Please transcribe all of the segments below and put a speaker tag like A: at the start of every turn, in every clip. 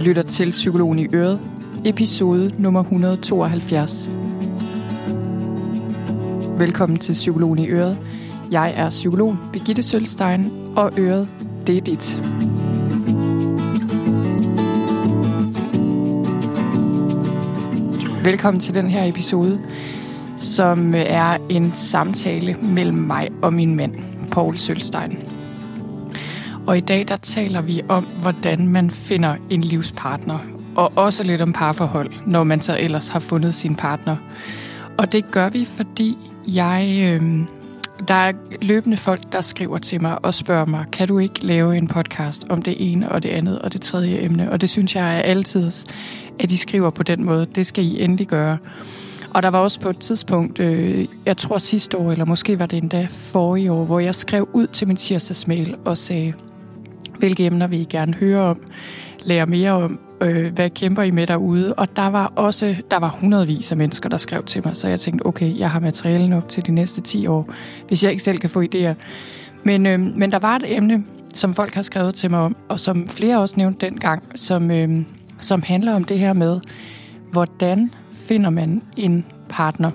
A: lytter til Psykologen i Øret, episode nummer 172. Velkommen til Psykologen i Øret. Jeg er psykologen Birgitte Sølstein, og Øret, det er dit. Velkommen til den her episode, som er en samtale mellem mig og min mand, Poul Sølstein. Og i dag der taler vi om, hvordan man finder en livspartner, og også lidt om parforhold, når man så ellers har fundet sin partner. Og det gør vi, fordi der er løbende folk, der skriver til mig og spørger mig, kan du ikke lave en podcast om det ene og det andet og det tredje emne? Og det synes jeg er altid, at de skriver på den måde. Det skal I endelig gøre. Og der var også på et tidspunkt, jeg tror sidste år, eller måske var det endda forrige år, hvor jeg skrev ud til min tirsdagsmail og sagde, hvilke emner vil I gerne høre om, lære mere om, hvad kæmper I med derude? Og der var hundredvis af mennesker, der skrev til mig, så jeg tænkte, okay, jeg har materiale nok til de næste 10 år, hvis jeg ikke selv kan få idéer. Men der var et emne, som folk har skrevet til mig om, og som flere også nævnte dengang, som handler om det her med, hvordan finder man en partner?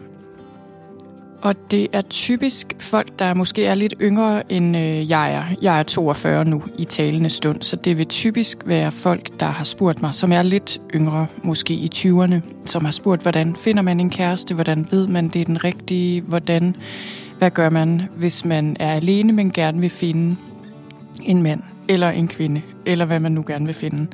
A: Og det er typisk folk, der måske er lidt yngre end jeg er. Jeg er 42 nu i talende stund, så det vil typisk være folk, der har spurgt mig, som er lidt yngre, måske i 20'erne, som har spurgt, hvordan finder man en kæreste, hvordan ved man, det er den rigtige, hvad gør man, hvis man er alene, men gerne vil finde en mand eller en kvinde, eller hvad man nu gerne vil finde.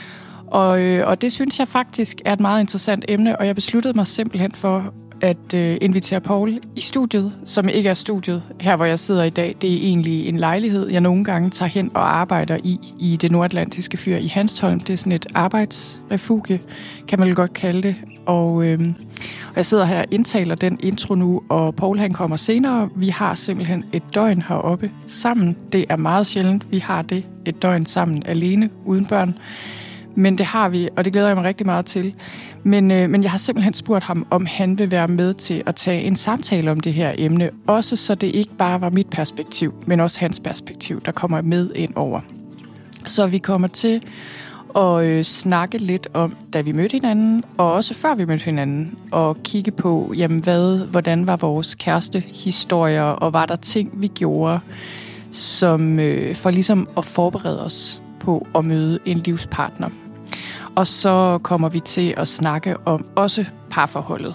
A: Og det synes jeg faktisk er et meget interessant emne, og jeg besluttede mig simpelthen for at invitere Poul i studiet, som ikke er studiet her, hvor jeg sidder i dag. Det er egentlig en lejlighed, jeg nogle gange tager hen og arbejder i det nordatlantiske fyr i Hanstholm. Det er sådan et arbejdsrefugie, kan man vel godt kalde det. Og jeg sidder her og indtaler den intro nu, og Poul han kommer senere. Vi har simpelthen et døgn heroppe sammen. Det er meget sjældent, vi har det et døgn sammen alene, uden børn. Men det har vi, og det glæder jeg mig rigtig meget til. Men jeg har simpelthen spurgt ham, om han vil være med til at tage en samtale om det her emne. Også så det ikke bare var mit perspektiv, men også hans perspektiv, der kommer med ind over. Så vi kommer til at snakke lidt om, da vi mødte hinanden, og også før vi mødte hinanden, og kigge på, jamen hvordan var vores kærestehistorier, og var der ting, vi gjorde, som for ligesom at forberede os på at møde en livspartner. Og så kommer vi til at snakke om også parforholdet,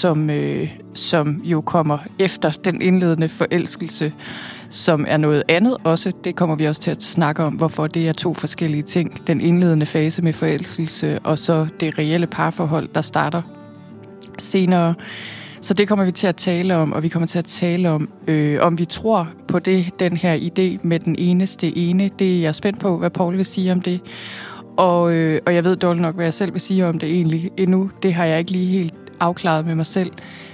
A: som jo kommer efter den indledende forelskelse, som er noget andet også. Det kommer vi også til at snakke om, hvorfor det er 2 forskellige ting. Den indledende fase med forelskelse, og så det reelle parforhold, der starter senere. Så det kommer vi til at tale om, og vi kommer til at tale om vi tror på den her idé med den eneste ene. Det er jeg spændt på, hvad Poul vil sige om det. Og jeg ved dårligt nok, hvad jeg selv vil sige om det egentlig endnu. Det har jeg ikke lige helt afklaret med mig selv.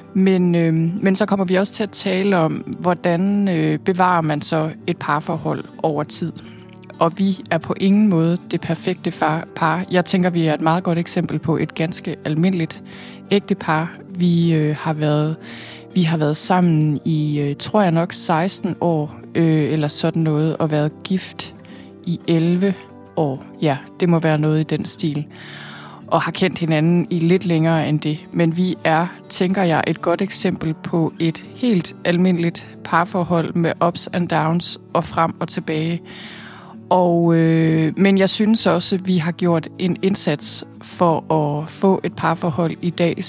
A: Men så kommer vi også til at tale om, hvordan bevarer man så et parforhold over tid. Og vi er på ingen måde det perfekte par. Jeg tænker, vi er et meget godt eksempel på et ganske almindeligt ægtepar. Vi har været sammen i, tror jeg nok, 16 år eller sådan noget, og været gift i 11 år. Ja, det må være noget i den stil. Og har kendt hinanden i lidt længere end det. Men vi er, tænker jeg, et godt eksempel på et helt almindeligt parforhold med ups and downs og frem og tilbage. Men jeg synes også, at vi har gjort en indsats for at få et parforhold i dag,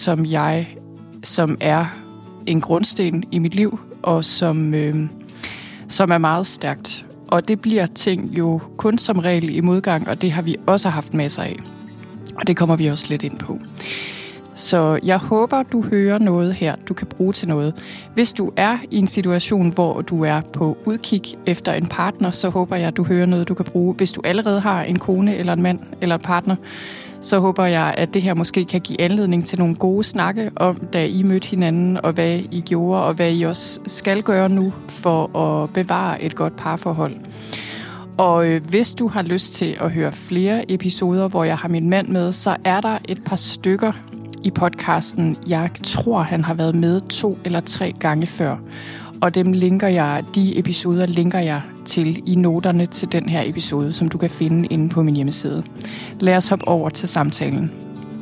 A: som er en grundsten i mit liv, og som er meget stærkt. Og det bliver ting jo kun som regel i modgang, og det har vi også haft masser af. Og det kommer vi også lidt ind på. Så jeg håber, du hører noget her, du kan bruge til noget. Hvis du er i en situation, hvor du er på udkig efter en partner, så håber jeg, at du hører noget, du kan bruge. Hvis du allerede har en kone eller en mand eller en partner, så håber jeg, at det her måske kan give anledning til nogle gode snakke om, da I mødte hinanden, og hvad I gjorde, og hvad I også skal gøre nu for at bevare et godt parforhold. Og hvis du har lyst til at høre flere episoder, hvor jeg har min mand med, så er der et par stykker i podcasten. Jeg tror, han har været med 2 eller 3 gange før. Og de episoder linker jeg til i noterne til den her episode, som du kan finde inde på min hjemmeside. Lad os hoppe over til samtalen.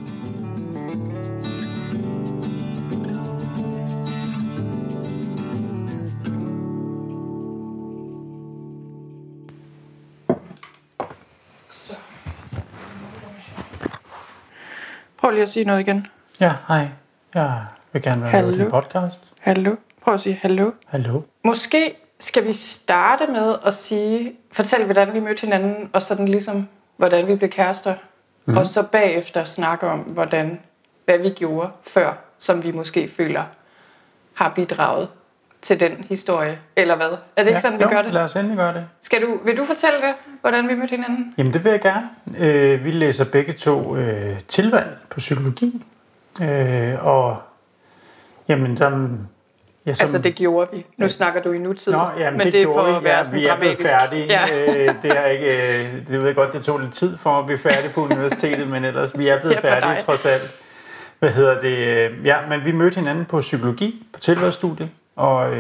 A: Prøv lige at sige noget igen.
B: Ja, hej. Jeg vil gerne være med i din podcast.
A: Hallo. Prøv at sige hallo.
B: Hallo.
A: Måske skal vi starte med at fortælle, hvordan vi mødte hinanden, og sådan ligesom, hvordan vi blev kærester. Mm. Og så bagefter snakke om, hvad vi gjorde før, som vi måske føler har bidraget til den historie. Eller hvad? Er det ikke sådan, vi gør det?
B: Lad os endelig gøre det.
A: Vil du fortælle det, hvordan vi mødte hinanden?
B: Jamen, det vil jeg gerne. Vi læser begge to tilvalg på psykologi. Og jamen,
A: altså, det gjorde vi. Nu snakker du i nutid.
B: Nå, jamen,
A: men det er for at være sådan
B: vi er blevet færdige. Ja.
A: Det
B: er ikke, det ved godt, det tog lidt tid for at blive færdige på universitetet, men ellers, vi er blevet færdige trods alt. Men vi mødte hinanden på psykologi, på tilvalgsstudiet, og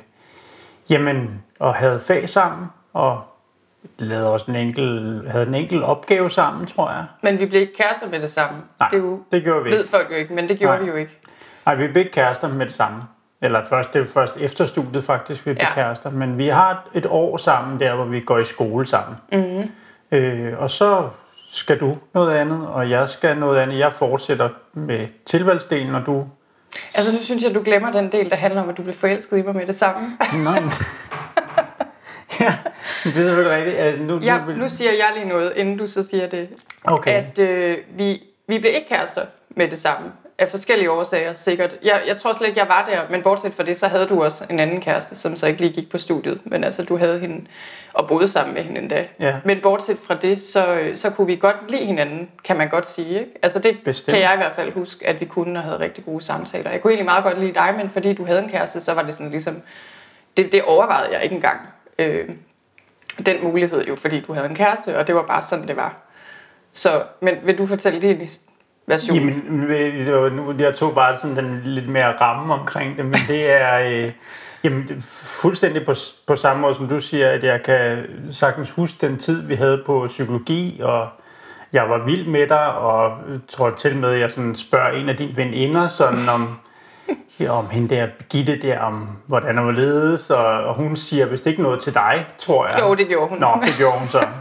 B: og havde fag sammen, og lavede også havde en enkelt opgave sammen, tror jeg.
A: Men vi blev ikke kærester med det samme.
B: Nej, det gjorde vi ikke.
A: Ved folk jo ikke, men det gjorde vi jo ikke.
B: Nej, vi blev ikke kærester med det samme. Eller det var først efter studiet faktisk, vi blev kærester. Men vi har et år sammen der, hvor vi går i skole sammen. Mm-hmm. Og så skal du noget andet, og jeg skal noget andet. Jeg fortsætter med tilvalgsdelen, og du...
A: Altså, nu synes jeg, du glemmer den del, der handler om, at du blev forelsket i mig med det samme.
B: Nej. Ja, det er selvfølgelig rigtigt. Altså,
A: nu siger jeg lige noget, inden du så siger det.
B: Okay.
A: At vi blev ikke kærester med det samme. Af forskellige årsager, sikkert. Jeg tror slet ikke, jeg var der, men bortset fra det, så havde du også en anden kæreste, som så ikke lige gik på studiet. Men altså, du havde hende og boede sammen med hende endda.
B: Ja.
A: Men bortset fra det, så kunne vi godt lide hinanden, kan man godt sige. Ikke? Altså, det
B: Bestemt.
A: Kan jeg i hvert fald huske, at vi kunne og havde rigtig gode samtaler. Jeg kunne egentlig meget godt lide dig, men fordi du havde en kæreste, så var det sådan ligesom... Det overvejede jeg ikke engang. Den mulighed jo, fordi du havde en kæreste, og det var bare sådan, det var. Så, men vil du fortælle din version?
B: Jamen, jeg tog bare sådan den lidt mere ramme omkring det, men det er fuldstændig på samme måde, som du siger, at jeg kan sagtens huske den tid, vi havde på psykologi, og jeg var vild med dig, og tror til med, at jeg sådan spørger en af dine veninder, sådan om hende der, Birgitte der, om hvordan hun ledes, og hun siger vist ikke noget til dig, tror jeg.
A: Jo, det gjorde hun.
B: Nå, det gjorde hun så.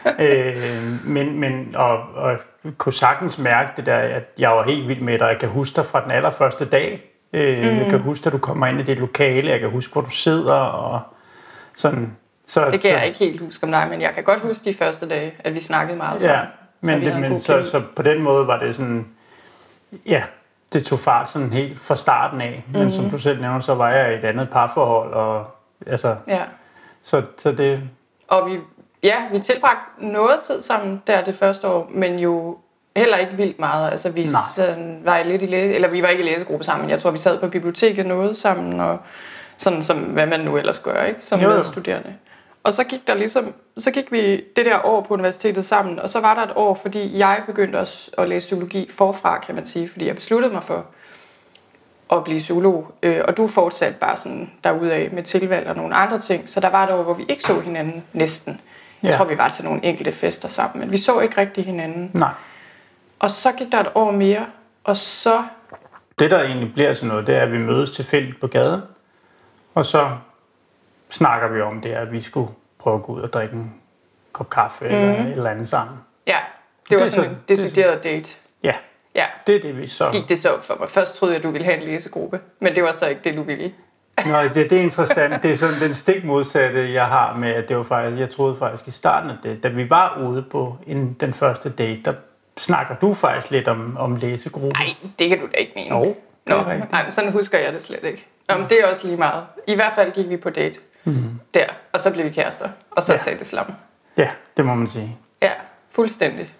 B: Men kunne sagtens mærke det der, at jeg var helt vild med dig. Jeg kan huske dig fra den allerførste dag. Jeg kan huske, at du kommer ind i det lokale. Jeg kan huske, hvor du sidder og sådan.
A: Det kan jeg ikke helt huske om dig, men jeg kan godt huske de første dage, at vi snakkede meget sammen.
B: Ja, men så på den måde var det sådan, ja, det tog fart sådan helt fra starten af. Men som du selv nævner, så var jeg i et andet parforhold, og altså, så det... Og
A: vi tilbragte noget tid sammen der det første år, men jo heller ikke vildt meget. Altså vi var lidt vi var ikke i læsegruppe sammen, men jeg tror vi sad på biblioteket noget sammen, og sådan som hvad man nu ellers gør, ikke, som medstuderende. Og så gik vi det der år på universitetet sammen, og så var der et år, fordi jeg begyndte at læse psykologi forfra, kan man sige, fordi jeg besluttede mig for at blive psykolog, og du fortsatte bare sådan derudaf med tilvalg og nogle andre ting, så der var et år, hvor vi ikke så hinanden næsten. Jeg tror, vi var til nogle enkelte fester sammen, men vi så ikke rigtig hinanden.
B: Nej.
A: Og så gik der et år mere, og så...
B: Det, der egentlig bliver sådan noget, det er, at vi mødes tilfældigt på gaden, og så snakker vi om det, at vi skulle prøve at gå ud og drikke en kop kaffe eller et eller andet sammen.
A: Ja, det var sådan en decideret date.
B: Ja, det er det, vi så...
A: Gik det så for mig. Først troede jeg, du ville have en læsegruppe, men det var så ikke det, du ville.
B: Nå, det er interessant. Det er sådan den stik modsatte, jeg har med, at det var faktisk, jeg troede faktisk i starten af det, da vi var ude på den første date, der snakker du faktisk lidt om læsegruppe.
A: Nej, det kan du da ikke mene.
B: Jo,
A: nej, men sådan husker jeg det slet ikke. Nå, men det er også lige meget. I hvert fald gik vi på date der, og så blev vi kærester, og så sagde det slam.
B: Ja, det må man sige.
A: Ja, fuldstændig.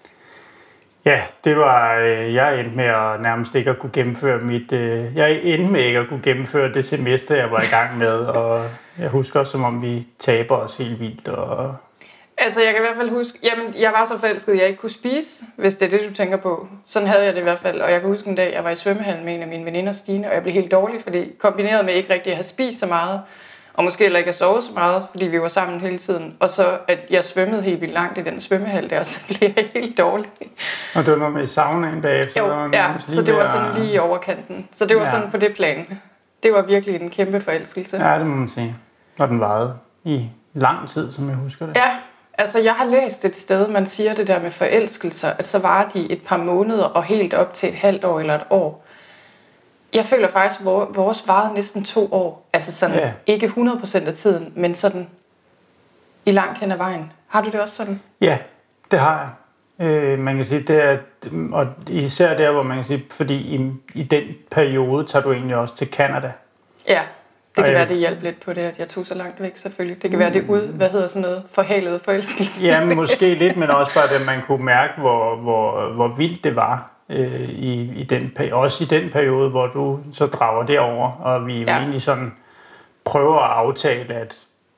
B: Ja, det var, jeg endte med at nærmest ikke at kunne gennemføre jeg endte med ikke at kunne gennemføre det semester, jeg var i gang med, og jeg husker også, som om vi taber os helt vildt. Og...
A: Altså, jeg kan i hvert fald huske, jamen, jeg var så forelsket, at jeg ikke kunne spise, hvis det er det, du tænker på. Sådan havde jeg det i hvert fald, og jeg kan huske en dag, jeg var i svømmehallen med en af mine veninder, Stine, og jeg blev helt dårlig, fordi kombineret med ikke rigtig at have spist så meget, og måske heller ikke have sovet så meget, fordi vi var sammen hele tiden. Og så, at jeg svømmede helt vildt langt i den svømmehal der, så blev jeg helt dårlig.
B: Og det var noget med saunaen bagefter?
A: Jo, ja, så det var sådan lige i overkanten. Så det var sådan på det plan. Det var virkelig en kæmpe forelskelse.
B: Ja, det må man sige. Og den varede i lang tid, som jeg husker det.
A: Ja, altså jeg har læst et sted, man siger det der med forelskelser, at så varer de et par måneder og helt op til et halvt år eller et år. Jeg føler faktisk, at vores varede næsten 2 år. Altså sådan, ikke 100% af tiden, men sådan i langt hen ad vejen. Har du det også sådan?
B: Ja, det har jeg. Man kan sige, det er, og især der, hvor man kan sige, fordi i den periode tager du egentlig også til Canada.
A: Ja, det kan være, det hjalp lidt på det, at jeg tog så langt væk selvfølgelig. Det kan være, det forhalede forelskelse.
B: Ja, måske lidt, men også bare det, man kunne mærke, hvor vildt det var. Også i den periode, hvor du så drager derover, og vi egentlig sådan prøver at aftale, at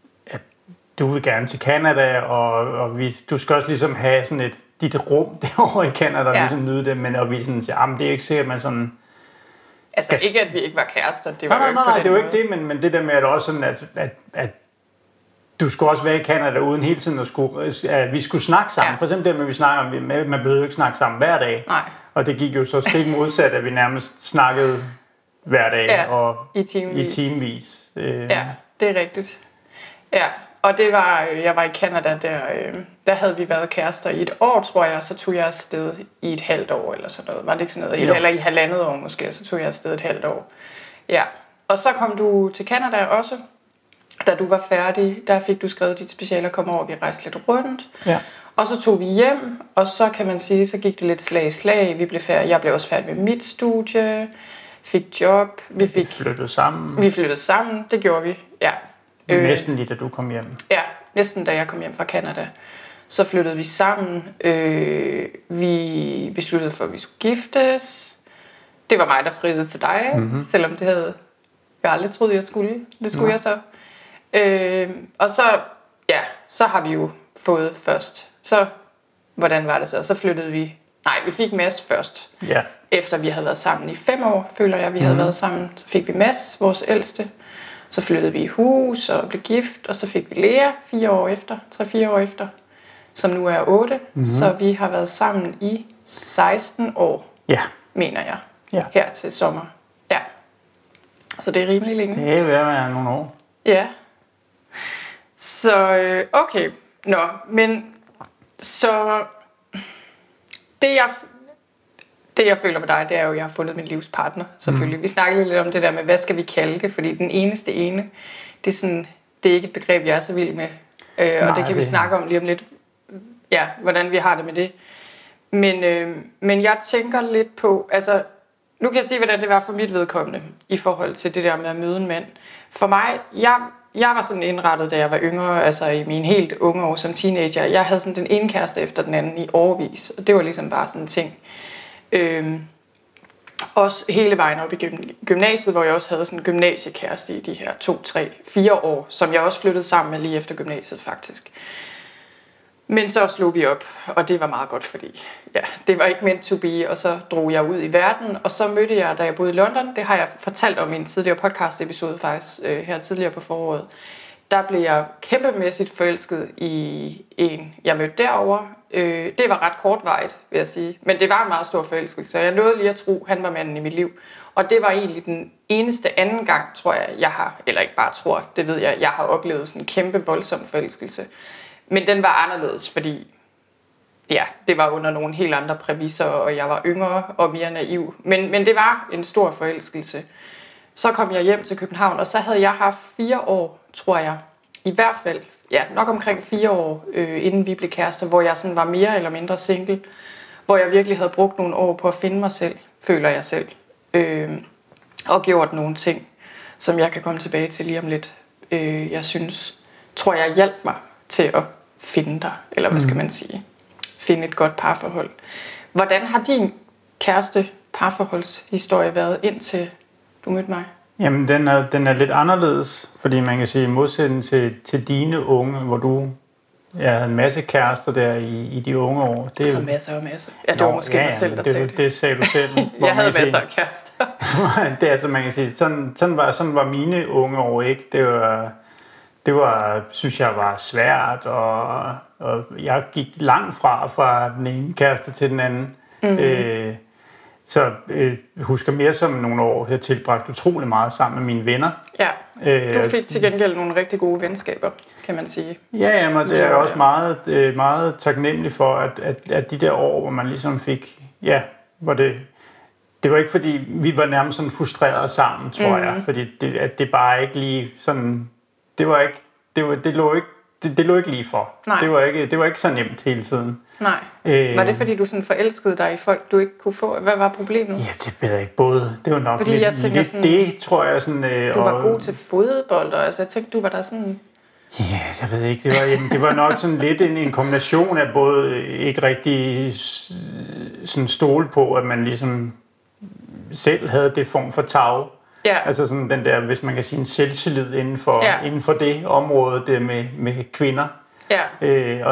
B: du vil gerne til Canada, og du skal også ligesom have sådan dit rum derovre i Canada, og ligesom nyde det, men og vi sådan siger, det er ikke sikkert, at man sådan...
A: Altså ikke, at vi ikke var kærester, det var
B: nej, det var ikke det, men det der med, at også sådan, at du skulle også være i Canada uden hele tiden, at vi skulle snakke sammen. For eksempel det med, vi snakker om, man behøver ikke snakke sammen hver dag.
A: Nej.
B: Og det gik jo så stik modsat, at vi nærmest snakkede hver dag og i timevis.
A: Ja, det er rigtigt. Ja, og det var, jeg var i Canada, der havde vi været kærester i 1 år, tror jeg, så tog jeg afsted i et halvt år eller sådan noget. Var det ikke sådan noget? Eller i 1,5 år måske, så tog jeg afsted et halvt år. Ja, og så kom du til Canada også. Da du var færdig, der fik du skrevet dit speciale og kom over, vi rejste lidt rundt.
B: Ja.
A: Og så tog vi hjem, og så kan man sige, så gik det lidt slag i slag. Vi blev færdige. Jeg blev også færdig med mit studie, fik job. Vi
B: flyttede sammen.
A: Vi flyttede sammen, det gjorde vi, ja.
B: Næsten lige da du kom hjem.
A: Ja, næsten da jeg kom hjem fra Canada. Så flyttede vi sammen. Vi besluttede for, at vi skulle giftes. Det var mig, der friede til dig, selvom det havde jeg aldrig troet, jeg skulle. Det skulle jeg så. Og så har vi jo fået først. Så, hvordan var det så? Så flyttede vi... Nej, vi fik Mads først.
B: Ja.
A: Efter vi havde været sammen i 5 år, føler jeg, vi havde været sammen. Så fik vi Mads, vores ældste. Så flyttede vi i hus og blev gift. Og så fik vi Lea 3-4 år efter. Som nu er 8. Så vi har været sammen i 16 år, mener jeg. Ja. Her til sommer. Ja. Så det er rimelig længe.
B: Det er ved at være nogle år.
A: Ja. Så okay. Nå, men så det jeg føler med dig, det er jo, at jeg har fundet min livspartner, selvfølgelig. Vi snakkede lidt om det der med, hvad skal vi kalde det? Fordi den eneste ene, det er ikke et begreb, jeg er så vild med. Og det kan vi snakke om lige om lidt, ja, hvordan vi har det med det. Men jeg tænker lidt på, altså, nu kan jeg sige, hvordan det var for mit vedkommende, i forhold til det der med at møde en mand. For mig, jeg var sådan indrettet, da jeg var yngre, altså i mine helt unge år som teenager. Jeg havde sådan den ene kæreste efter den anden i årevis, og det var ligesom bare sådan en ting. Også hele vejen op i gymnasiet, hvor jeg også havde sådan en gymnasiekæreste i de her 2, 3, 4 år, som jeg også flyttede sammen med lige efter gymnasiet faktisk. Men så slog vi op, og det var meget godt, fordi det var ikke meant to be, og så drog jeg ud i verden, og så mødte jeg, da jeg boede i London, det har jeg fortalt om i en tidligere podcast-episode faktisk, her tidligere på foråret, der blev jeg kæmpemæssigt forelsket i en, jeg mødte derovre. Det var ret kortvarigt, vil jeg sige, men det var en meget stor forelskelse, så jeg nåede lige at tro, han var manden i mit liv. Og det var egentlig den eneste anden gang, tror jeg har, eller ikke bare tror, det ved jeg har oplevet sådan en kæmpe voldsom forelskelse. Men den var anderledes, fordi det var under nogle helt andre præmisser, og jeg var yngre og mere naiv. Men det var en stor forelskelse. Så kom jeg hjem til København, og så havde jeg haft 4 år, tror jeg, i hvert fald, nok omkring 4 år, inden vi blev kærester, hvor jeg sådan var mere eller mindre single, hvor jeg virkelig havde brugt nogle år på at finde mig selv, føler jeg selv, og gjort nogle ting, som jeg kan komme tilbage til lige om lidt. Jeg tror jeg hjalp mig til at finde dig, eller hvad skal man sige, finde et godt parforhold. Hvordan har din kæreste parforholdshistorie været, indtil du mødte mig?
B: Jamen, den er lidt anderledes, fordi man kan sige, i modsætning til dine unge, hvor du havde en masse kærester der i de unge år. Det
A: altså masser og masser. Ja, det var måske mig selv, der sagde det.
B: Det sagde du selv.
A: Jeg havde masser af kærester.
B: Det er altså, man kan sige, sådan var mine unge år, ikke? Det var det var, synes jeg var svært, og jeg gik langt fra den ene kæreste til den anden. Så husker mere som nogle år, jeg tilbragte utrolig meget sammen med mine venner.
A: Ja, du fik til gengæld nogle rigtig gode venskaber, kan man sige.
B: Ja, men det er jeg også meget, meget taknemmelig for, at de der år, hvor man ligesom fik, hvor det var ikke fordi, vi var nærmest sådan frustrerede sammen, tror jeg, fordi det bare ikke lige sådan, det lå ikke lige for. Det var ikke så nemt hele tiden.
A: Nej. Var det fordi, du sådan forelskede dig i folk, du ikke kunne få? Hvad var problemet?
B: Ja, det ved jeg ikke. Både. Det var nok
A: fordi
B: lidt sådan, det, tror jeg. Sådan,
A: du var god til fodbold, og altså, jeg tænkte, du var der sådan...
B: Ja, jeg ved ikke. Det var nok sådan lidt en kombination af både ikke rigtig sådan stole på, at man ligesom selv havde det form for tag.
A: Ja.
B: Altså sådan den der, hvis man kan sige, en selvtillid inden for det område, det med kvinder.
A: Ja.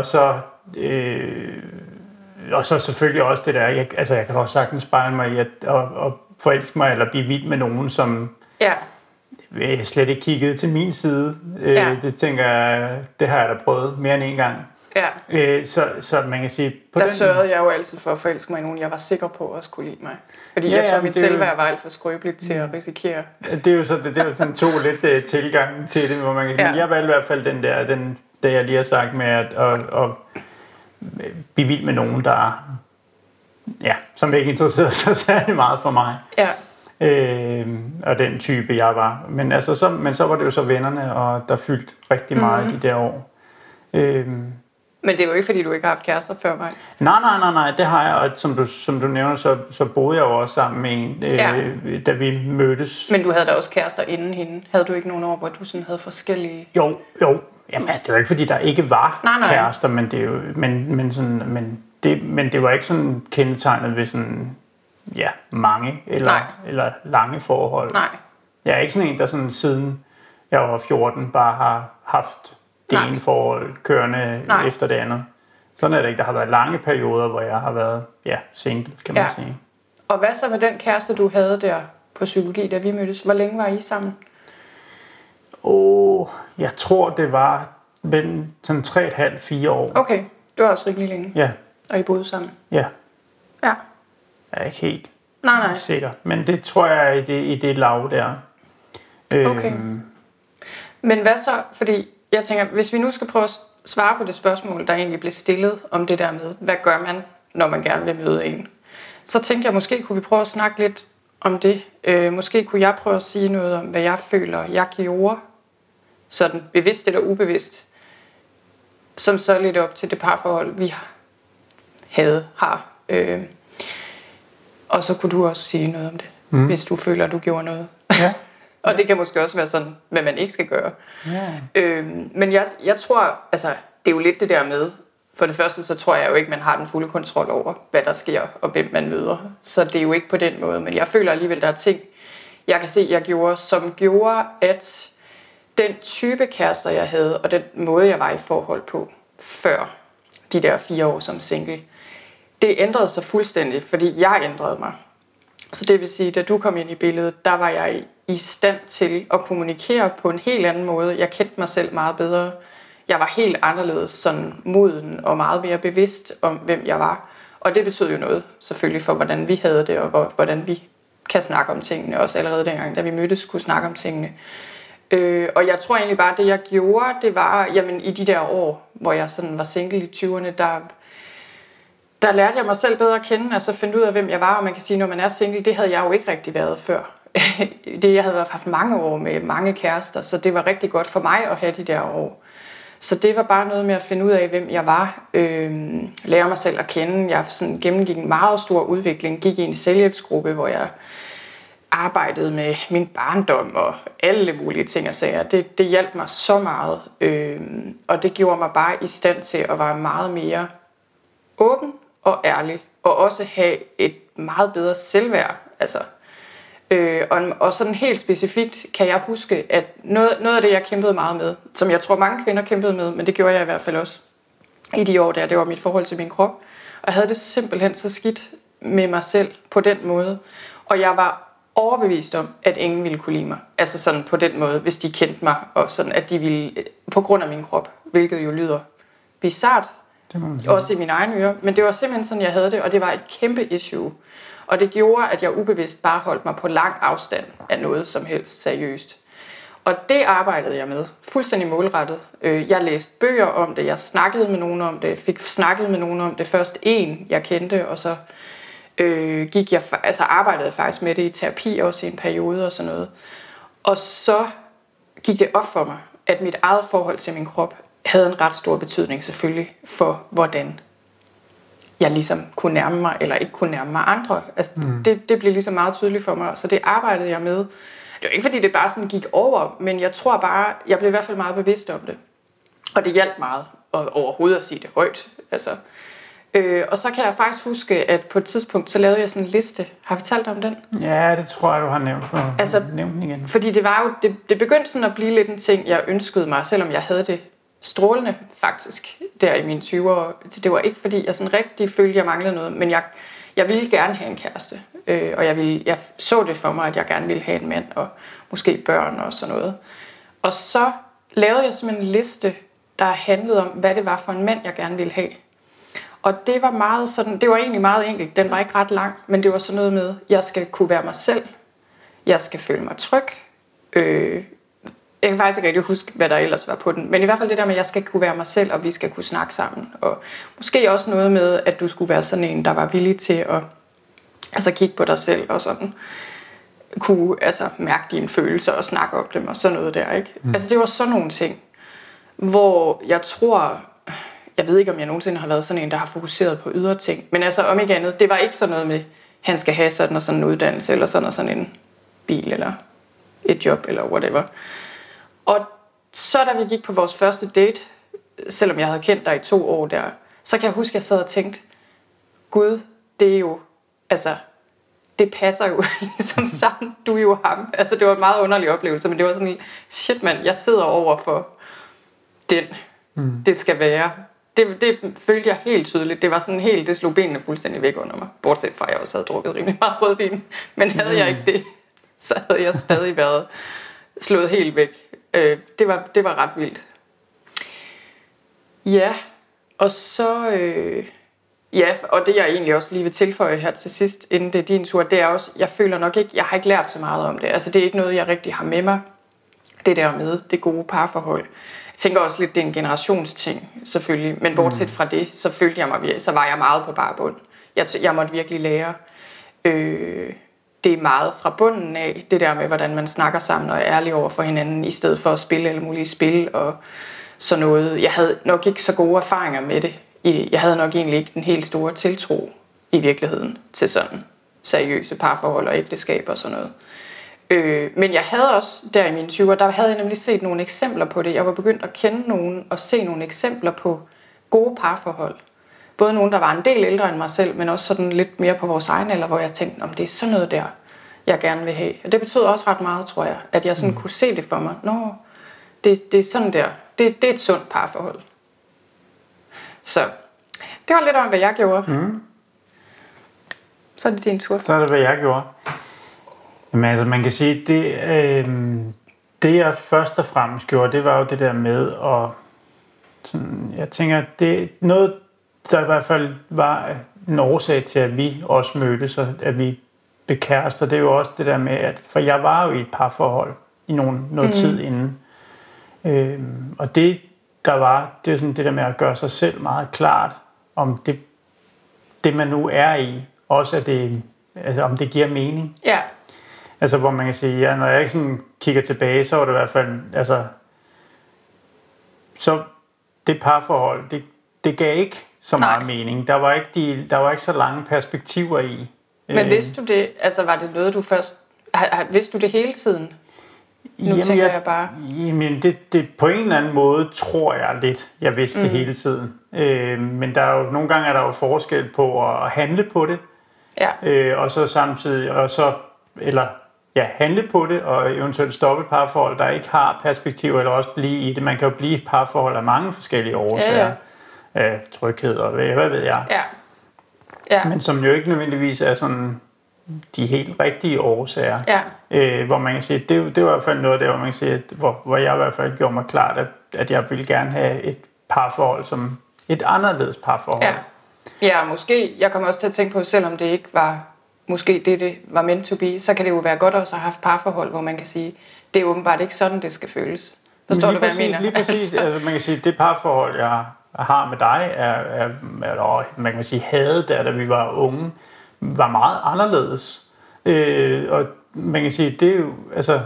B: Og så selvfølgelig også det der, jeg kan også sagtens spejle mig i at forelske mig eller blive vild med nogen, som jeg slet ikke kiggede til min side. Det tænker jeg, det har jeg da prøvet mere end en gang.
A: Ja.
B: Så man kan sige...
A: Der sørgede jeg jo altid for at forelske mig i nogen, jeg var sikker på også kunne lide mig. Fordi jeg tror, mit selvværd var alt for skrøbeligt til at risikere.
B: Det er jo sådan to lidt tilgang til det, hvor man kan sige. Men jeg valgte i hvert fald den det jeg lige har sagt med at blive vild med nogen, der som ikke interesserede sig særlig meget for mig.
A: Ja.
B: Og den type jeg var. Men så var det jo så vennerne, og der fyldte rigtig meget de der år.
A: Men det er jo ikke fordi du ikke har haft kærester før mig.
B: Nej, det har jeg, og som du nævner, så boede jeg jo også sammen med en, da vi mødtes.
A: Men du havde da også kærester inden hende. Havde du ikke nogen år, hvor du sådan havde forskellige?
B: Jo. Jamen, det var ikke fordi der ikke var kærester, men det er jo, men det var ikke sådan kendetegnet ved sådan mange eller lange forhold.
A: Nej.
B: Jeg er ikke sådan en, der sådan siden jeg var 14 bare har haft det ene forhold kørende efter det andet. Sådan er det ikke. Der har været lange perioder, hvor jeg har været single, kan man sige.
A: Og hvad så med den kæreste, du havde der på psykologi, da vi mødtes? Hvor længe var I sammen?
B: Jeg tror, det var sådan 3,5-4 år.
A: Okay, det var også rigtig længe.
B: Ja.
A: Og I boede sammen?
B: Ja.
A: Ja.
B: Jeg er ikke helt sikker, men det tror jeg er i det lav der.
A: Okay. Men hvad så, fordi jeg tænker, hvis vi nu skal prøve at svare på det spørgsmål, der egentlig blev stillet om det der med, hvad gør man, når man gerne vil møde en? Så tænkte jeg, måske kunne vi prøve at snakke lidt om det. Måske kunne jeg prøve at sige noget om, hvad jeg føler, jeg gjorde, sådan bevidst eller ubevidst, som så lidt op til det parforhold, vi har. Og så kunne du også sige noget om det, hvis du føler, at du gjorde noget.
B: Ja.
A: Og det kan måske også være sådan, hvad man ikke skal gøre.
B: Ja.
A: Men jeg tror, altså, det er jo lidt det der med, for det første, så tror jeg jo ikke, man har den fulde kontrol over, hvad der sker, og hvem man møder. Så det er jo ikke på den måde, men jeg føler alligevel, der er ting, jeg kan se, jeg gjorde, som gjorde, at den type kærester, jeg havde, og den måde, jeg var i forhold på, før de der 4 år som single, det ændrede sig fuldstændig, fordi jeg ændrede mig. Så det vil sige, da du kom ind i billedet, der var jeg i stand til at kommunikere på en helt anden måde. Jeg kendte mig selv meget bedre. Jeg var helt anderledes, sådan moden og meget mere bevidst om, hvem jeg var. Og det betød jo noget, selvfølgelig, for hvordan vi havde det, og hvordan vi kan snakke om tingene. Også allerede dengang, da vi mødtes, kunne snakke om tingene. Og jeg tror egentlig bare, det jeg gjorde, det var, jamen i de der år, hvor jeg sådan var single i 20'erne, der lærte jeg mig selv bedre at kende, altså finde ud af, hvem jeg var. Og man kan sige, når man er single, det havde jeg jo ikke rigtig været før. Jeg havde haft mange år med mange kærester, så det var rigtig godt for mig at have de der år. Så det var bare noget med at finde ud af, hvem jeg var. Lære mig selv at kende. Jeg sådan gennemgik en meget stor udvikling. Gik i en selvhjælpsgruppe, hvor jeg arbejdede med min barndom og alle mulige ting og sager. Det hjalp mig så meget. Og det gjorde mig bare i stand til at være meget mere åben og ærlig. Og også have et meget bedre selvværd. Altså, og sådan helt specifikt kan jeg huske, at noget af det, jeg kæmpede meget med, som jeg tror mange kvinder kæmpede med, men det gjorde jeg i hvert fald også i de år der, det var mit forhold til min krop. Og jeg havde det simpelthen så skidt med mig selv på den måde. Og jeg var overbevist om, at ingen ville kunne lide mig. Altså sådan på den måde, hvis de kendte mig, og sådan, at de ville, på grund af min krop, hvilket jo lyder bizart, også i mine egne ører, men det var simpelthen sådan, jeg havde det, og det var et kæmpe issue. Og det gjorde, at jeg ubevidst bare holdt mig på lang afstand af noget som helst seriøst. Og det arbejdede jeg med, fuldstændig målrettet. Jeg læste bøger om det, jeg snakkede med nogen om det, fik snakket med nogen om det. Først en, jeg kendte, og så arbejdede jeg faktisk med det i terapi også i en periode og sådan noget. Og så gik det op for mig, at mit eget forhold til min krop havde en ret stor betydning selvfølgelig for, hvordan jeg ligesom kunne nærme mig, eller ikke kunne nærme mig andre. Altså, det blev ligesom meget tydeligt for mig, så det arbejdede jeg med. Det var ikke fordi, det bare sådan gik over, men jeg tror bare, jeg blev i hvert fald meget bevidst om det. Og det hjalp meget at overhovedet at sige det højt. Altså. Og så kan jeg faktisk huske, at på et tidspunkt, så lavede jeg sådan en liste. Har vi talt om den?
B: Ja, det tror jeg, du har nævnt. Nævnt den igen.
A: Fordi det var jo, det begyndte sådan at blive lidt en ting, jeg ønskede mig, selvom jeg havde det strålende faktisk, der i mine 20'ere. Det var ikke fordi, jeg sådan rigtig følte, jeg manglede noget, men jeg ville gerne have en kæreste. Og jeg så det for mig, at jeg gerne ville have en mand, og måske børn og sådan noget. Og så lavede jeg simpelthen en liste, der handlede om, hvad det var for en mand, jeg gerne ville have. Og det var meget sådan, det var egentlig meget enkelt, den var ikke ret lang, men det var sådan noget med, jeg skal kunne være mig selv, jeg skal føle mig tryg. Jeg kan faktisk ikke rigtig huske, hvad der ellers var på den, men i hvert fald det der med, at jeg skal kunne være mig selv, og vi skal kunne snakke sammen. Og måske også noget med, at du skulle være sådan en, der var villig til at kigge på dig selv og sådan kunne mærke dine følelser og snakke op dem og sådan noget der, ikke? Altså det var sådan nogle ting, hvor jeg ved ikke, om jeg nogensinde har været sådan en, der har fokuseret på ydre ting, men om ikke andet, det var ikke sådan noget med, han skal have sådan og sådan en uddannelse, eller sådan og sådan en bil, eller et job, eller whatever. Og så da vi gik på vores første date, selvom jeg havde kendt dig i 2 år der, så kan jeg huske, at jeg sad og tænkte, Gud, det er jo, det passer jo ligesom sammen, du er jo ham. Altså det var en meget underlig oplevelse, men det var sådan, shit mand, jeg sidder over for den, det skal være. Det følte jeg helt tydeligt. Det var sådan helt, det slog benene fuldstændig væk under mig. Bortset fra, at jeg også havde drukket rimelig meget rødvin. Men havde jeg ikke det, så havde jeg stadig været slået helt væk. Det var ret vildt. Ja, og så... og det jeg egentlig også lige vil tilføje her til sidst, inden det er din tur, det er også, jeg føler nok ikke, jeg har ikke lært så meget om det. Altså det er ikke noget, jeg rigtig har med mig. Det der med det gode parforhold. Jeg tænker også lidt, det er en generationsting, selvfølgelig. Men bortset fra det, så følte jeg mig, så var jeg meget på bar bund. Jeg måtte virkelig lære. Det er meget fra bunden af, det der med, hvordan man snakker sammen og er ærlig over for hinanden, i stedet for at spille alle mulige spil og sådan noget. Jeg havde nok ikke så gode erfaringer med det. Jeg havde nok egentlig ikke den helt store tiltro i virkeligheden til sådan seriøse parforhold og ægteskab og sådan noget. Men jeg havde også der i mine 20'er, der havde jeg nemlig set nogle eksempler på det. Jeg var begyndt at kende nogen og se nogle eksempler på gode parforhold. Både nogen, der var en del ældre end mig selv, men også sådan lidt mere på vores egen alder, hvor jeg tænkte, om det er sådan noget der, jeg gerne vil have. Og det betød også ret meget, tror jeg, at jeg sådan kunne se det for mig. Det er sådan der. Det er et sundt parforhold. Så det var lidt om, hvad jeg gjorde. Så er det din tur.
B: Så er det, hvad jeg gjorde. Jamen man kan sige, det jeg først og fremmest gjorde, det var jo det der med at, sådan, jeg tænker, det er noget, der i hvert fald var en årsag til, at vi også mødtes, og at vi blev kærester. Det er jo også det der med, at, for jeg var jo i et parforhold i noget tid inden. Og det, der var, det er sådan det der med at gøre sig selv meget klart, om det man nu er i, også at det, om det giver mening.
A: Ja.
B: Altså hvor man kan sige, ja, når jeg ikke sådan kigger tilbage, så var det i hvert fald, så det parforhold, det gav ikke så meget mening. Der var ikke så lange perspektiver i.
A: Men vidste du det, var det noget du først, vidste du det hele tiden?
B: Jamen, det på en eller anden måde tror jeg lidt, jeg vidste det hele tiden. Men der er jo, nogle gange er der jo forskel på at handle på det, og så samtidig, handle på det, og eventuelt stoppe parforhold, der ikke har perspektiv, eller også blive i det. Man kan jo blive et parforhold af mange forskellige årsager. Tryghed og hvad ved jeg. Ja. Men som jo ikke nødvendigvis er sådan de helt rigtige årsager.
A: Ja.
B: Hvor man kan sige, det var i hvert fald noget der, hvor man kan sige, hvor jeg i hvert fald gjorde mig klart, at jeg ville gerne have et parforhold som et anderledes parforhold.
A: Ja. Ja, måske. Jeg kommer også til at tænke på, selvom det ikke var måske det var meant to be, så kan det jo være godt også at have haft parforhold, hvor man kan sige, det er åbenbart ikke sådan, det skal føles. Forstår du, hvad jeg mener?
B: Lige præcis. Altså, man kan sige, det parforhold, jeg har med dig, er man kan sige, havde der, da vi var unge, var meget anderledes. Og man kan sige, det er jo altså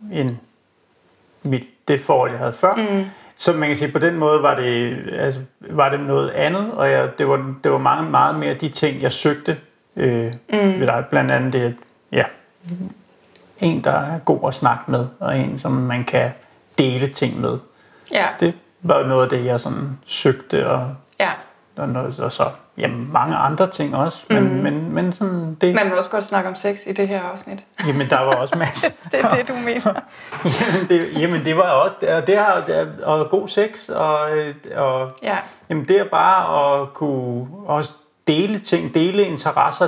B: det forhold, jeg havde før. Så man kan sige, på den måde var det noget andet, og det var meget, meget mere de ting, jeg søgte ved dig. Blandt andet det, en, der er god at snakke med, og en, som man kan dele ting med.
A: Ja.
B: Det var noget af det, jeg sådan søgte, og noget, og så mange andre ting også. Men sådan det.
A: Man må også godt snakke om sex i det her afsnit.
B: Jamen, der var også masser.
A: Det er det, du mener.
B: jamen, det var også og god sex, og jamen, det er bare at kunne også dele ting, dele interesser,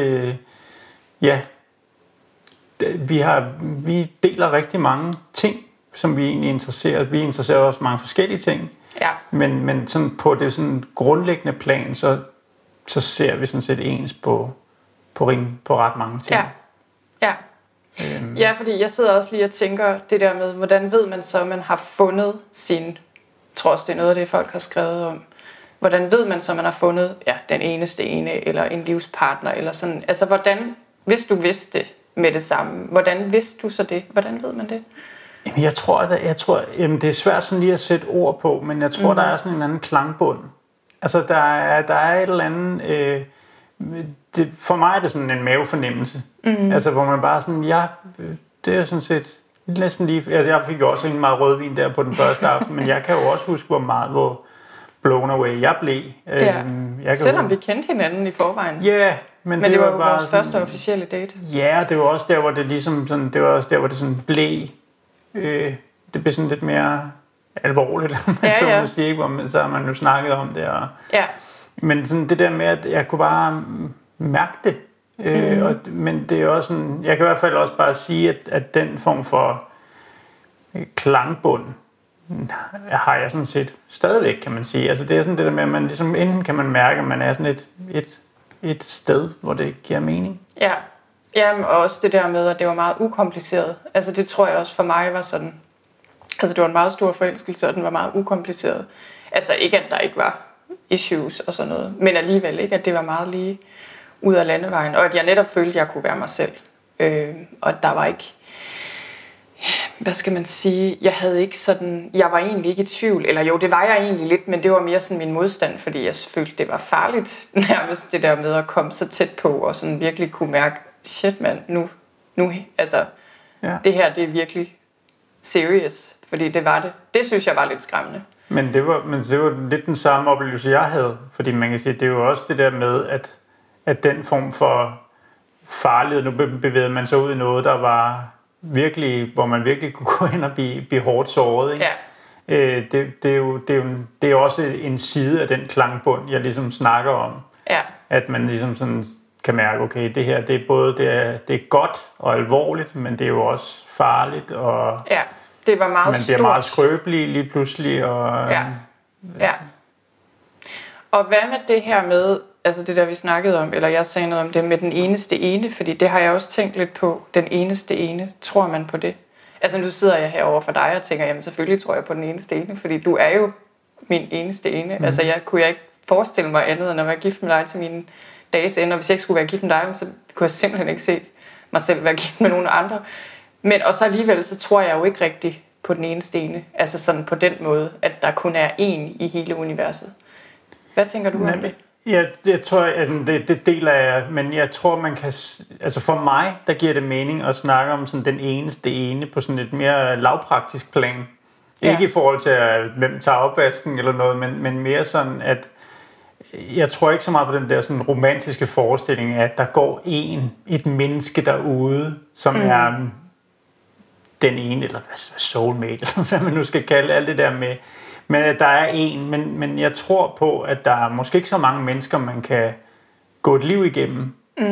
B: vi deler rigtig mange ting, som vi egentlig interesserer. Vi interesserer også mange forskellige ting.
A: Ja.
B: Men sådan på det sådan grundlæggende plan, så ser vi sådan set ens på ret mange ting.
A: Ja. Ja, fordi jeg sidder også lige og tænker det der med, hvordan ved man så, at man har fundet sin, tror også det er noget af det, folk har skrevet om, hvordan ved man så, at man har fundet den eneste ene, eller en livspartner, eller sådan, altså hvordan, hvis du vidste det med det samme, hvordan vidste du så det? Hvordan ved man det?
B: Jeg tror, det er svært sådan lige at sætte ord på, men jeg tror, der er sådan en anden klangbund. Altså, der er et eller andet. For mig er det sådan en mavefornemmelse. Altså, hvor man bare sådan, det er sådan set næsten lige. Altså, jeg fik jo også en meget rødvin der på den første aften, men jeg kan jo også huske, hvor blown away jeg blev.
A: Selvom vi kendte hinanden i forvejen.
B: Ja, men
A: det var jo
B: bare
A: vores første officielle date.
B: Ja, det var også der, hvor det ligesom sådan, det var også der, hvor det sådan blev. Det blev sådan lidt mere alvorligt, så må sige, hvor så har man jo snakket om det. Men sådan det der med, at jeg kunne bare mærke det. Men det er også sådan, jeg kan i hvert fald også bare sige, at den form for klangbund har jeg sådan set stadigvæk, kan man sige. Altså det er sådan det der med, at man ligesom, enten kan man mærke, at man er sådan et sted, hvor det giver mening.
A: Ja. Jamen, og også det der med, at det var meget ukompliceret. Altså det tror jeg også for mig var sådan. Altså det var en meget stor forelskelse, og den var meget ukompliceret. Altså ikke, at der ikke var issues og sådan noget, men alligevel ikke, at det var meget lige ud af landevejen. Og at jeg netop følte, at jeg kunne være mig selv. Og der var ikke, hvad skal man sige, jeg var egentlig ikke i tvivl. Eller jo, det var jeg egentlig lidt, men det var mere sådan min modstand, fordi jeg følte, det var farligt nærmest det der med at komme så tæt på, og sådan virkelig kunne mærke, shit mand, nu altså, det her, det er virkelig serious, fordi det var det. Det synes jeg var lidt skræmmende.
B: Men det var lidt den samme oplevelse, jeg havde, fordi man kan sige, det er jo også det der med, at den form for farlighed, nu bevægede man sig ud i noget, der var virkelig, hvor man virkelig kunne gå ind og blive hårdt såret, ikke? Ja. Det er også en side af den klangbund, jeg ligesom snakker om. Ja. At man ligesom sådan kan mærke, okay, det her, det er både det er godt og alvorligt, men det er jo også farligt, og
A: det var meget
B: man bliver meget skrøbelig lige pludselig. Og,
A: ja. Og hvad med det her med, altså det der vi snakkede om, eller jeg sagde noget om det med den eneste ene, fordi det har jeg også tænkt lidt på, den eneste ene, tror man på det? Altså nu sidder jeg herovre for dig og tænker, jamen selvfølgelig tror jeg på den eneste ene, fordi du er jo min eneste ene. Altså jeg kunne ikke forestille mig andet end at være gift med dig til mine dages ende, og hvis jeg ikke skulle være gift med dig, så kunne jeg simpelthen ikke se mig selv være gift med nogen andre. Men og så alligevel, så tror jeg jo ikke rigtigt på den eneste ene, altså sådan på den måde, at der kun er én i hele universet. Hvad tænker du om det?
B: Ja, jeg tror, at det deler jeg, men jeg tror, man kan, altså for mig, der giver det mening at snakke om sådan den eneste ene på sådan et mere lavpraktisk plan. Ja. Ikke i forhold til, hvem tager opvasken eller noget, men mere sådan, at jeg tror ikke så meget på den der sådan romantiske forestilling, at der går et menneske derude, som er den ene, eller soulmate, eller hvad man nu skal kalde alt det der med. Men at der er en, men jeg tror på, at der er måske ikke så mange mennesker, man kan gå et liv igennem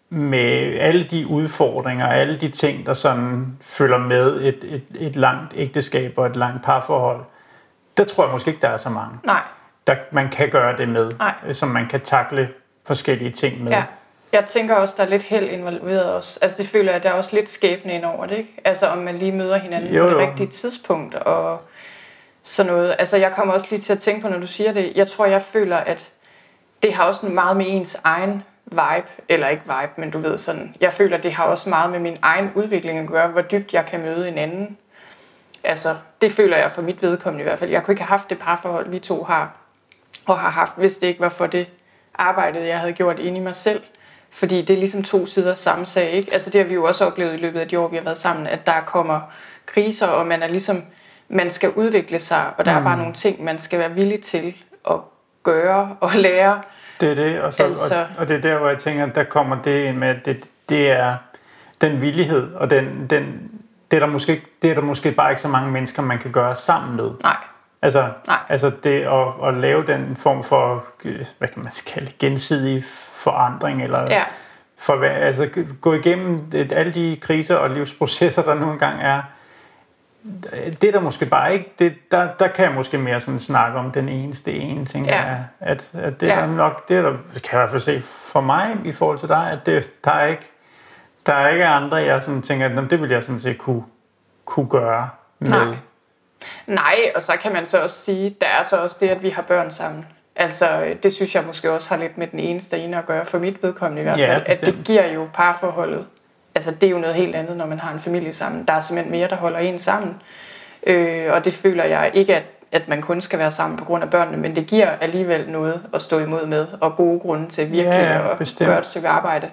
B: med alle de udfordringer, alle de ting, der sådan følger med et langt ægteskab og et langt parforhold, der tror jeg måske ikke, der er så mange.
A: Nej.
B: Man kan gøre det med,
A: Nej.
B: som man kan takle forskellige ting med.
A: Ja. Jeg tænker også, der er lidt held involveret også. Altså det føler jeg, der er også lidt skæbne ind over det, ikke? Altså om man lige møder hinanden på det rigtige tidspunkt og sådan noget. Altså jeg kommer også lige til at tænke på, når du siger det. Jeg tror, jeg føler, at det har også meget med ens egen vibe, eller ikke vibe, men du ved sådan. Jeg føler, det har også meget med min egen udvikling at gøre, hvor dybt jeg kan møde en anden. Altså det føler jeg for mit vedkommende i hvert fald. Jeg kunne ikke have haft det parforhold, vi to har og har haft, hvis det ikke var for det arbejde, jeg havde gjort inde i mig selv. Fordi det er ligesom to sider samme sag, ikke? Altså det har vi jo også oplevet i løbet af de år, vi har været sammen, at der kommer kriser, og man er ligesom, man skal udvikle sig, og der er bare nogle ting, man skal være villig til at gøre og lære.
B: Det er det, og det er der, hvor jeg tænker, at der kommer det ind med, at det er den villighed, og det er der måske bare ikke så mange mennesker, man kan gøre sammen med.
A: Nej.
B: Altså det at lave den form for, hvad kan man kalde, gensidig forandring, eller altså gå igennem alle de kriser og livsprocesser, der nu engang er. Det er der måske bare ikke, der kan jeg måske mere sådan snakke om den eneste ene, tænker jeg, at det er nok, det er der, kan jeg i hvert fald se for mig i forhold til dig, at der er ikke andre, jeg sådan tænker, at det vil jeg sådan set kunne gøre med.
A: Nej, og så kan man så også sige, der er så også det, at vi har børn sammen. Altså, det synes jeg måske også har lidt med den eneste ene at gøre, for mit vedkommende i hvert fald, at det giver jo parforholdet. Altså, det er jo noget helt andet, når man har en familie sammen. Der er simpelthen mere, der holder en sammen. Og det føler jeg ikke, at man kun skal være sammen på grund af børnene, men det giver alligevel noget at stå imod med, og gode grunde til virkelig at gøre et stykke arbejde.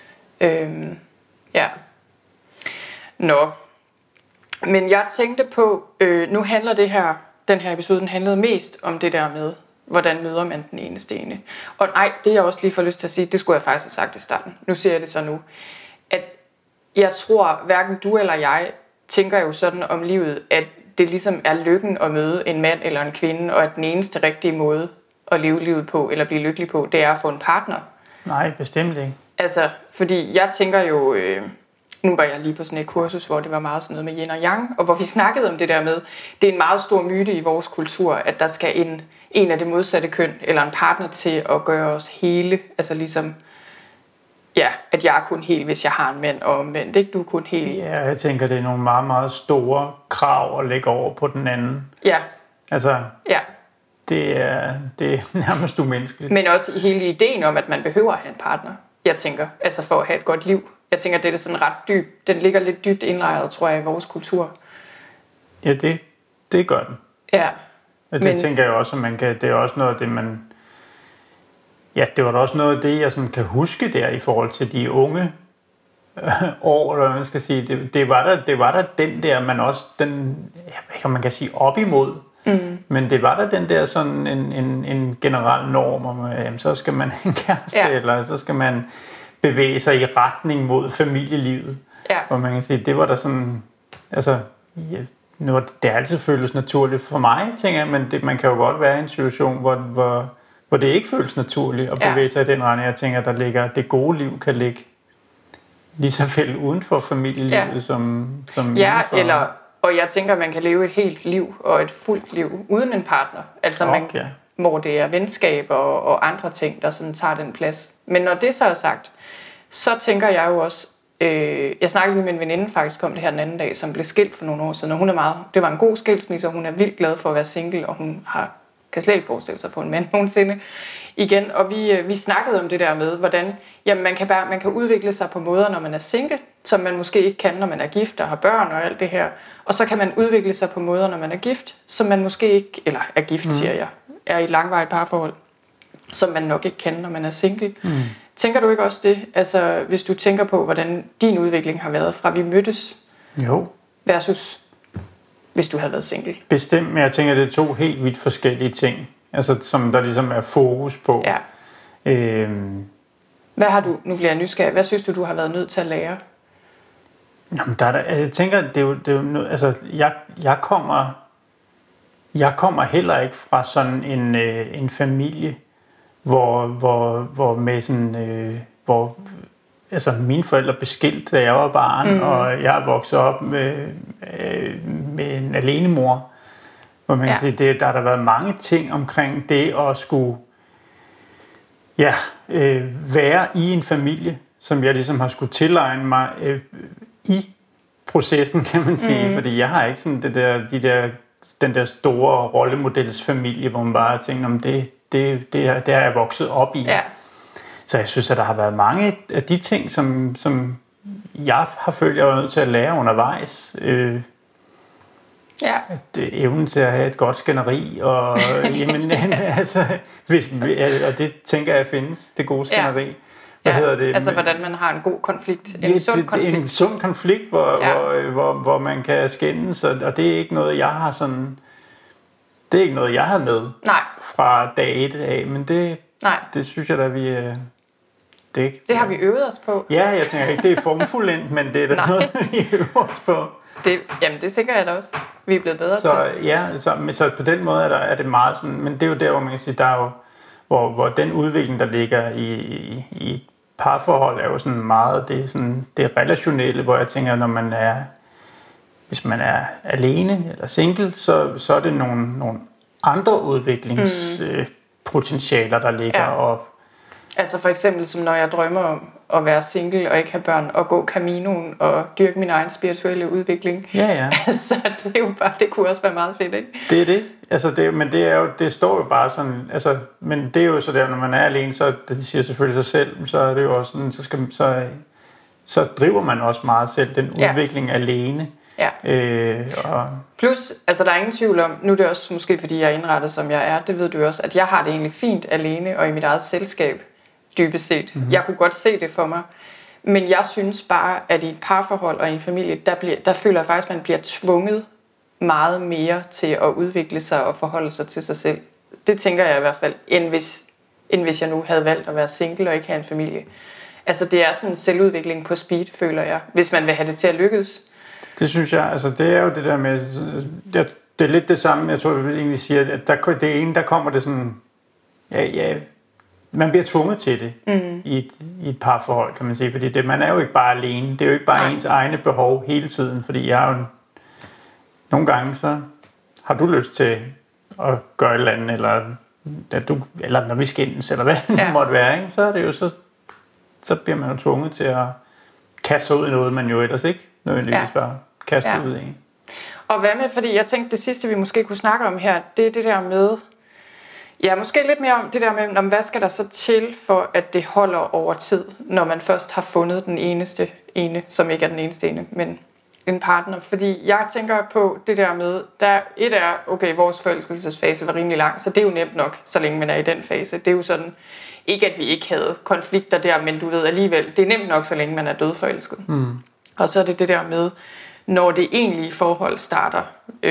A: Men jeg tænkte på, nu handler den her episode, den handlede mest om det der med, hvordan møder man den eneste ene. Og nej, det jeg også lige får lyst til at sige, det skulle jeg faktisk have sagt i starten. Nu siger jeg det så nu. At jeg tror, hverken du eller jeg tænker jo sådan om livet, at det ligesom er lykken at møde en mand eller en kvinde, og at den eneste rigtige måde at leve livet på, eller blive lykkelig på, det er at få en partner.
B: Nej, bestemt ikke.
A: Altså, fordi jeg tænker jo, nu var jeg lige på sådan et kursus, hvor det var meget sådan noget med yin og yang, og hvor vi snakkede om det der med, det er en meget stor myte i vores kultur, at der skal en af det modsatte køn, eller en partner til at gøre os hele, altså ligesom, at jeg er kun hel, hvis jeg har en mand, og omvendt, ikke? Du er kun hel.
B: Ja, jeg tænker, det er nogle meget, meget store krav at lægge over på den anden.
A: Ja.
B: Altså, det er nærmest umenneskeligt.
A: Men også hele ideen om, at man behøver at have en partner, jeg tænker, altså for at have et godt liv. Jeg tænker, det er sådan ret dybt. Den ligger lidt dybt indlejret, tror jeg, i vores kultur.
B: Ja, det gør den.
A: Ja.
B: Og det tænker jeg også, at man kan, det er også noget af det, man... Ja, det var da også noget af det, jeg sådan kan huske der i forhold til de unge år, eller hvad man skal sige. Det var der den der, man også, jeg ved ikke, om man kan sige op imod, men det var der den der sådan en generel norm om, jamen, så skal man have en kæreste, eller så skal man bevæge sig i retning mod familielivet. Ja. Hvor man kan sige, det var der sådan, altså, det har altid føltes naturligt for mig, tænker jeg, men man kan jo godt være i en situation, hvor det ikke føles naturligt at bevæge sig i den retning. Jeg tænker, der ligger, det gode liv kan ligge lige så vel uden for familielivet, som
A: indenfor. Og jeg tænker, man kan leve et helt liv og et fuldt liv uden en partner. Altså hvor det er venskab og andre ting, der sådan tager den plads. Men når det så er sagt, så tænker jeg jo også, jeg snakkede med min veninde faktisk om det her den anden dag, som blev skilt for nogle år siden, og hun det var en god skilsmisse, og hun er vildt glad for at være single, og hun kan slet ikke forestille sig at få en mand nogensinde igen. Og vi snakkede om det der med, hvordan man kan udvikle sig på måder, når man er single, som man måske ikke kan, når man er gift og har børn og alt det her. Og så kan man udvikle sig på måder, når man er gift, som man måske ikke, eller er gift, siger jeg, er i et langvarigt parforhold, som man nok ikke kan, når man er single. Tænker du ikke også det? Altså, hvis du tænker på, hvordan din udvikling har været, fra vi mødtes, versus hvis du havde været single?
B: Bestemt, men jeg tænker, det er to helt vidt forskellige ting, altså, som der ligesom er fokus på.
A: Ja. Hvad har du, nu bliver jeg nysgerrig, hvad synes du har været nødt til at lære?
B: Jamen, jeg tænker, det er jo altså, jeg kommer heller ikke fra sådan en familie, hvor med sådan, hvor altså mine forældre blev skilt, da jeg var barn, og jeg er vokset op med en alenemor, hvor man kan sige, der har der været mange ting omkring det at skulle være i en familie, som jeg ligesom har skulle tilegne mig i processen, kan man sige, fordi jeg har ikke sådan den der store rollemodelsfamilie, hvor man bare tænker, om det er jeg vokset op i. Ja. Så jeg synes, at der har været mange af de ting, som jeg har følt, jeg var nødt til at lære undervejs. Evnen til at have et godt skænderi, og jamen, altså, og det tænker jeg findes, det gode skænderi.
A: Hvad hedder det? Altså hvordan man har en god konflikt, en sund konflikt.
B: En sund konflikt, hvor man kan skændes, og det er ikke noget, jeg har sådan... Det er ikke noget, jeg har med fra dag 1 af, men det synes jeg da, vi...
A: Det har vi øvet os på.
B: Ja, jeg tænker ikke, det er formfuldendt, men det er da noget, vi øver os på.
A: Det tænker jeg da også. Vi er blevet bedre til.
B: Ja, så på den måde er det meget sådan... Men det er jo der, hvor man kan sige, der er jo... Hvor den udvikling, der ligger i parforhold, er jo sådan meget det relationelle, hvor jeg tænker, hvis man er alene eller single, så er det nogle andre udviklingspotentialer, der ligger. Og
A: altså for eksempel, som når jeg drømmer om at være single og ikke have børn, og gå Caminoen og dyrke min egen spirituelle udvikling.
B: Ja.
A: Altså, det er jo bare, det kunne også være meget fedt, ikke?
B: Det er det. Altså men det er jo, det står jo bare sådan, altså, men det er jo så der, når man er alene, så det siger selvfølgelig sig selv, så er det jo også sådan, så driver man også meget selv den udvikling alene.
A: Ja. Plus, altså der er ingen tvivl om, nu er det også måske fordi jeg er indrettet som jeg er, det ved du også, at jeg har det egentlig fint alene og i mit eget selskab, dybest set. Jeg kunne godt se det for mig, men jeg synes bare, at i et parforhold og i en familie, der føler jeg faktisk, at man bliver tvunget meget mere til at udvikle sig og forholde sig til sig selv. Det tænker jeg i hvert fald, end hvis jeg nu havde valgt at være single og ikke have en familie. Altså det er sådan en selvudvikling på speed, føler jeg, hvis man vil have det til at lykkes.
B: Det synes jeg, altså det er jo det der med, det er lidt det samme, jeg tror, jeg vil egentlig sige, at det ene, der kommer det sådan, man bliver tvunget til det i et parforhold, kan man sige, fordi man er jo ikke bare alene, det er jo ikke bare ens egne behov hele tiden, fordi jeg er jo nogle gange, så har du lyst til at gøre et eller andet, eller når vi skændes, eller hvad det måtte være, ikke? Så er det jo så bliver man jo tvunget til at kaste ud i noget, man jo ellers ikke nødvendigvis bare kaste ud i.
A: Og hvad med, fordi jeg tænkte, det sidste vi måske kunne snakke om her, det er det der med, måske lidt mere om det der med, hvad skal der så til for, at det holder over tid, når man først har fundet den ene, som ikke er den eneste ene, men en partner. Fordi jeg tænker på det der med, vores forelskelsesfase var rimelig lang, så det er jo nemt nok, så længe man er i den fase. Det er jo sådan, ikke at vi ikke havde konflikter der, men du ved alligevel, det er nemt nok, så længe man er dødforelsket. Og så er det der med, når det egentlige forhold starter,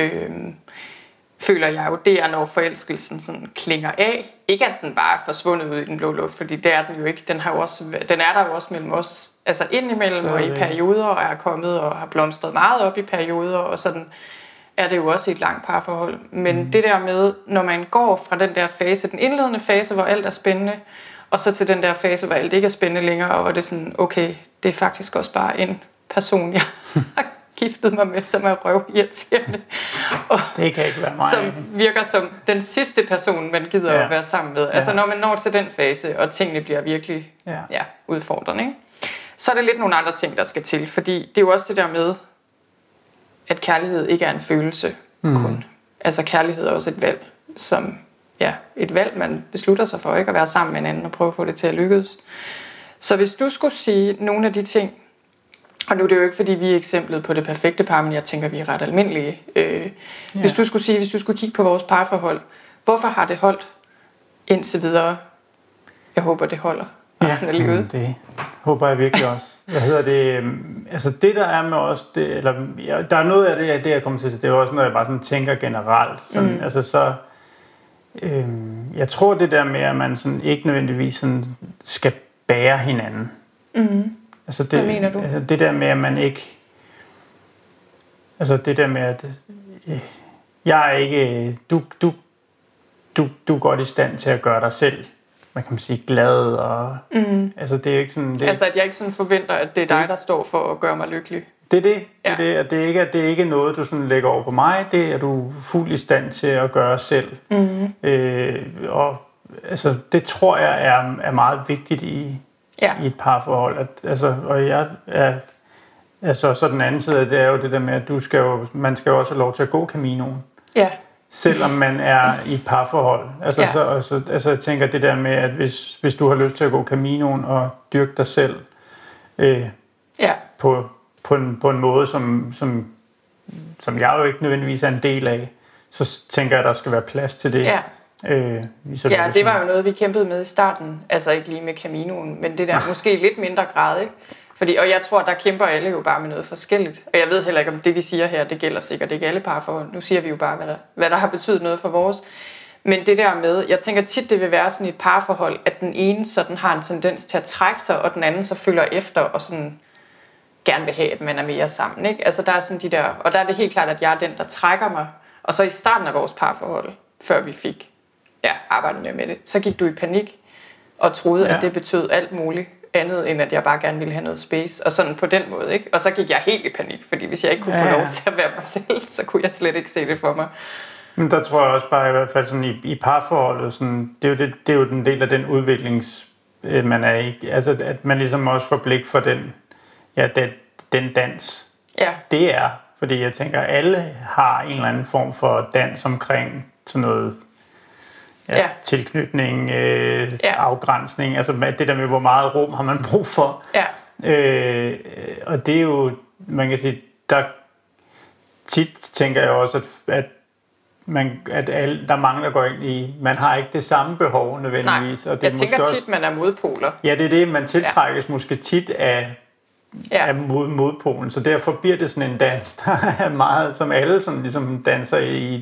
A: føler jeg jo, det er, når forelskelsen sådan klinger af. Ikke at den bare er forsvundet ud i den blå luft, fordi det er den jo ikke. Den er der jo også mellem os, altså indimellem og i perioder, og er kommet og har blomstret meget op i perioder, og sådan er det jo også i et langt parforhold. Men det der med, når man går fra den der fase, den indledende fase, hvor alt er spændende, og så til den der fase, hvor alt ikke er spændende længere, og hvor det er sådan, okay, det er faktisk også bare en person, jeg har giftet mig med, som er røvirriterende. Og
B: det kan ikke være mig.
A: Som virker som den sidste person, man gider at være sammen med. Altså når man når til den fase, og tingene bliver virkelig udfordrende, ikke? Så er det lidt nogle andre ting, der skal til. Fordi det er jo også det der med, at kærlighed ikke er en følelse kun. Altså kærlighed er også et valg, som et valg, man beslutter sig for ikke at være sammen med en anden og prøve at få det til at lykkes. Så hvis du skulle sige nogle af de ting, og nu er det jo ikke, fordi vi er eksemplet på det perfekte par, men jeg tænker, vi er ret almindelige. Hvis du skulle kigge på vores parforhold, hvorfor har det holdt indtil videre? Jeg håber, det holder resten af livet.
B: Det håber jeg virkelig også. Altså det, der er med os, der er noget af det, jeg kommer til, det er også noget, jeg bare sådan tænker generelt. Sådan, altså jeg tror det der med, at man sådan ikke nødvendigvis sådan skal bære hinanden. Altså det, hvad mener du? Altså det der med, at man ikke... Altså det der med, at jeg er ikke... Du er godt i stand til at gøre dig selv hvad kan man sige, glad og altså det er ikke sådan det
A: altså at jeg ikke sådan forventer at det er dig der står for at gøre mig lykkelig.
B: Det er det. Ja. Det er ikke noget du sådan lægger over på mig. Det er du fuldt i stand til at gøre selv. Og altså det tror jeg er meget vigtigt i et parforhold. Og jeg er altså så den anden side, det er jo det der med at man skal jo også have lov til at gå Caminoen. Ja. Selvom man er i et parforhold. Altså jeg tænker det der med at hvis du har lyst til at gå Caminoen og dyrke dig selv på en måde som jeg jo ikke nødvendigvis er en del af, så tænker jeg at der skal være plads til det. Ja.
A: Det var jo noget vi kæmpede med i starten, altså ikke lige med Caminoen, men det der måske lidt mindre grad, ikke? Og jeg tror, der kæmper alle jo bare med noget forskelligt. Og jeg ved heller ikke, om det vi siger her, det gælder sikkert ikke alle parforhold. Nu siger vi jo bare, hvad der har betydet noget for vores. Men det der med, jeg tænker tit, det vil være sådan et parforhold, at den ene sådan har en tendens til at trække sig, og den anden så følger efter og sådan gerne vil have, at man er mere sammen, ikke? Altså der er sådan de der, og der er det helt klart, at jeg er den, der trækker mig. Og så i starten af vores parforhold, før vi fik arbejdet med det, så gik du i panik og troede, at det betød alt muligt andet, end at jeg bare gerne ville have noget space, og sådan på den måde, ikke? Og så gik jeg helt i panik, fordi hvis jeg ikke kunne få lov til at være mig selv, så kunne jeg slet ikke se det for mig.
B: Men der tror jeg også bare i hvert fald sådan i parforholdet, sådan, det er jo den del af den udviklings, man er i. Altså at man ligesom også får blik for den dans. Ja. Det er, fordi jeg tænker, alle har en eller anden form for dans omkring sådan noget tilknytning, afgrænsning, altså det der med, hvor meget rum har man brug for. Ja. Og det er jo, man kan sige, der tit tænker jeg også, at der er mange, der går ind i, man har ikke det samme behov nødvendigvis.
A: Nej, og det jeg tænker tit, man er modpoler.
B: Ja, det er det, man tiltrækkes måske tit af modpolen, så derfor bliver det sådan en dans, der er meget, som alle sådan ligesom danser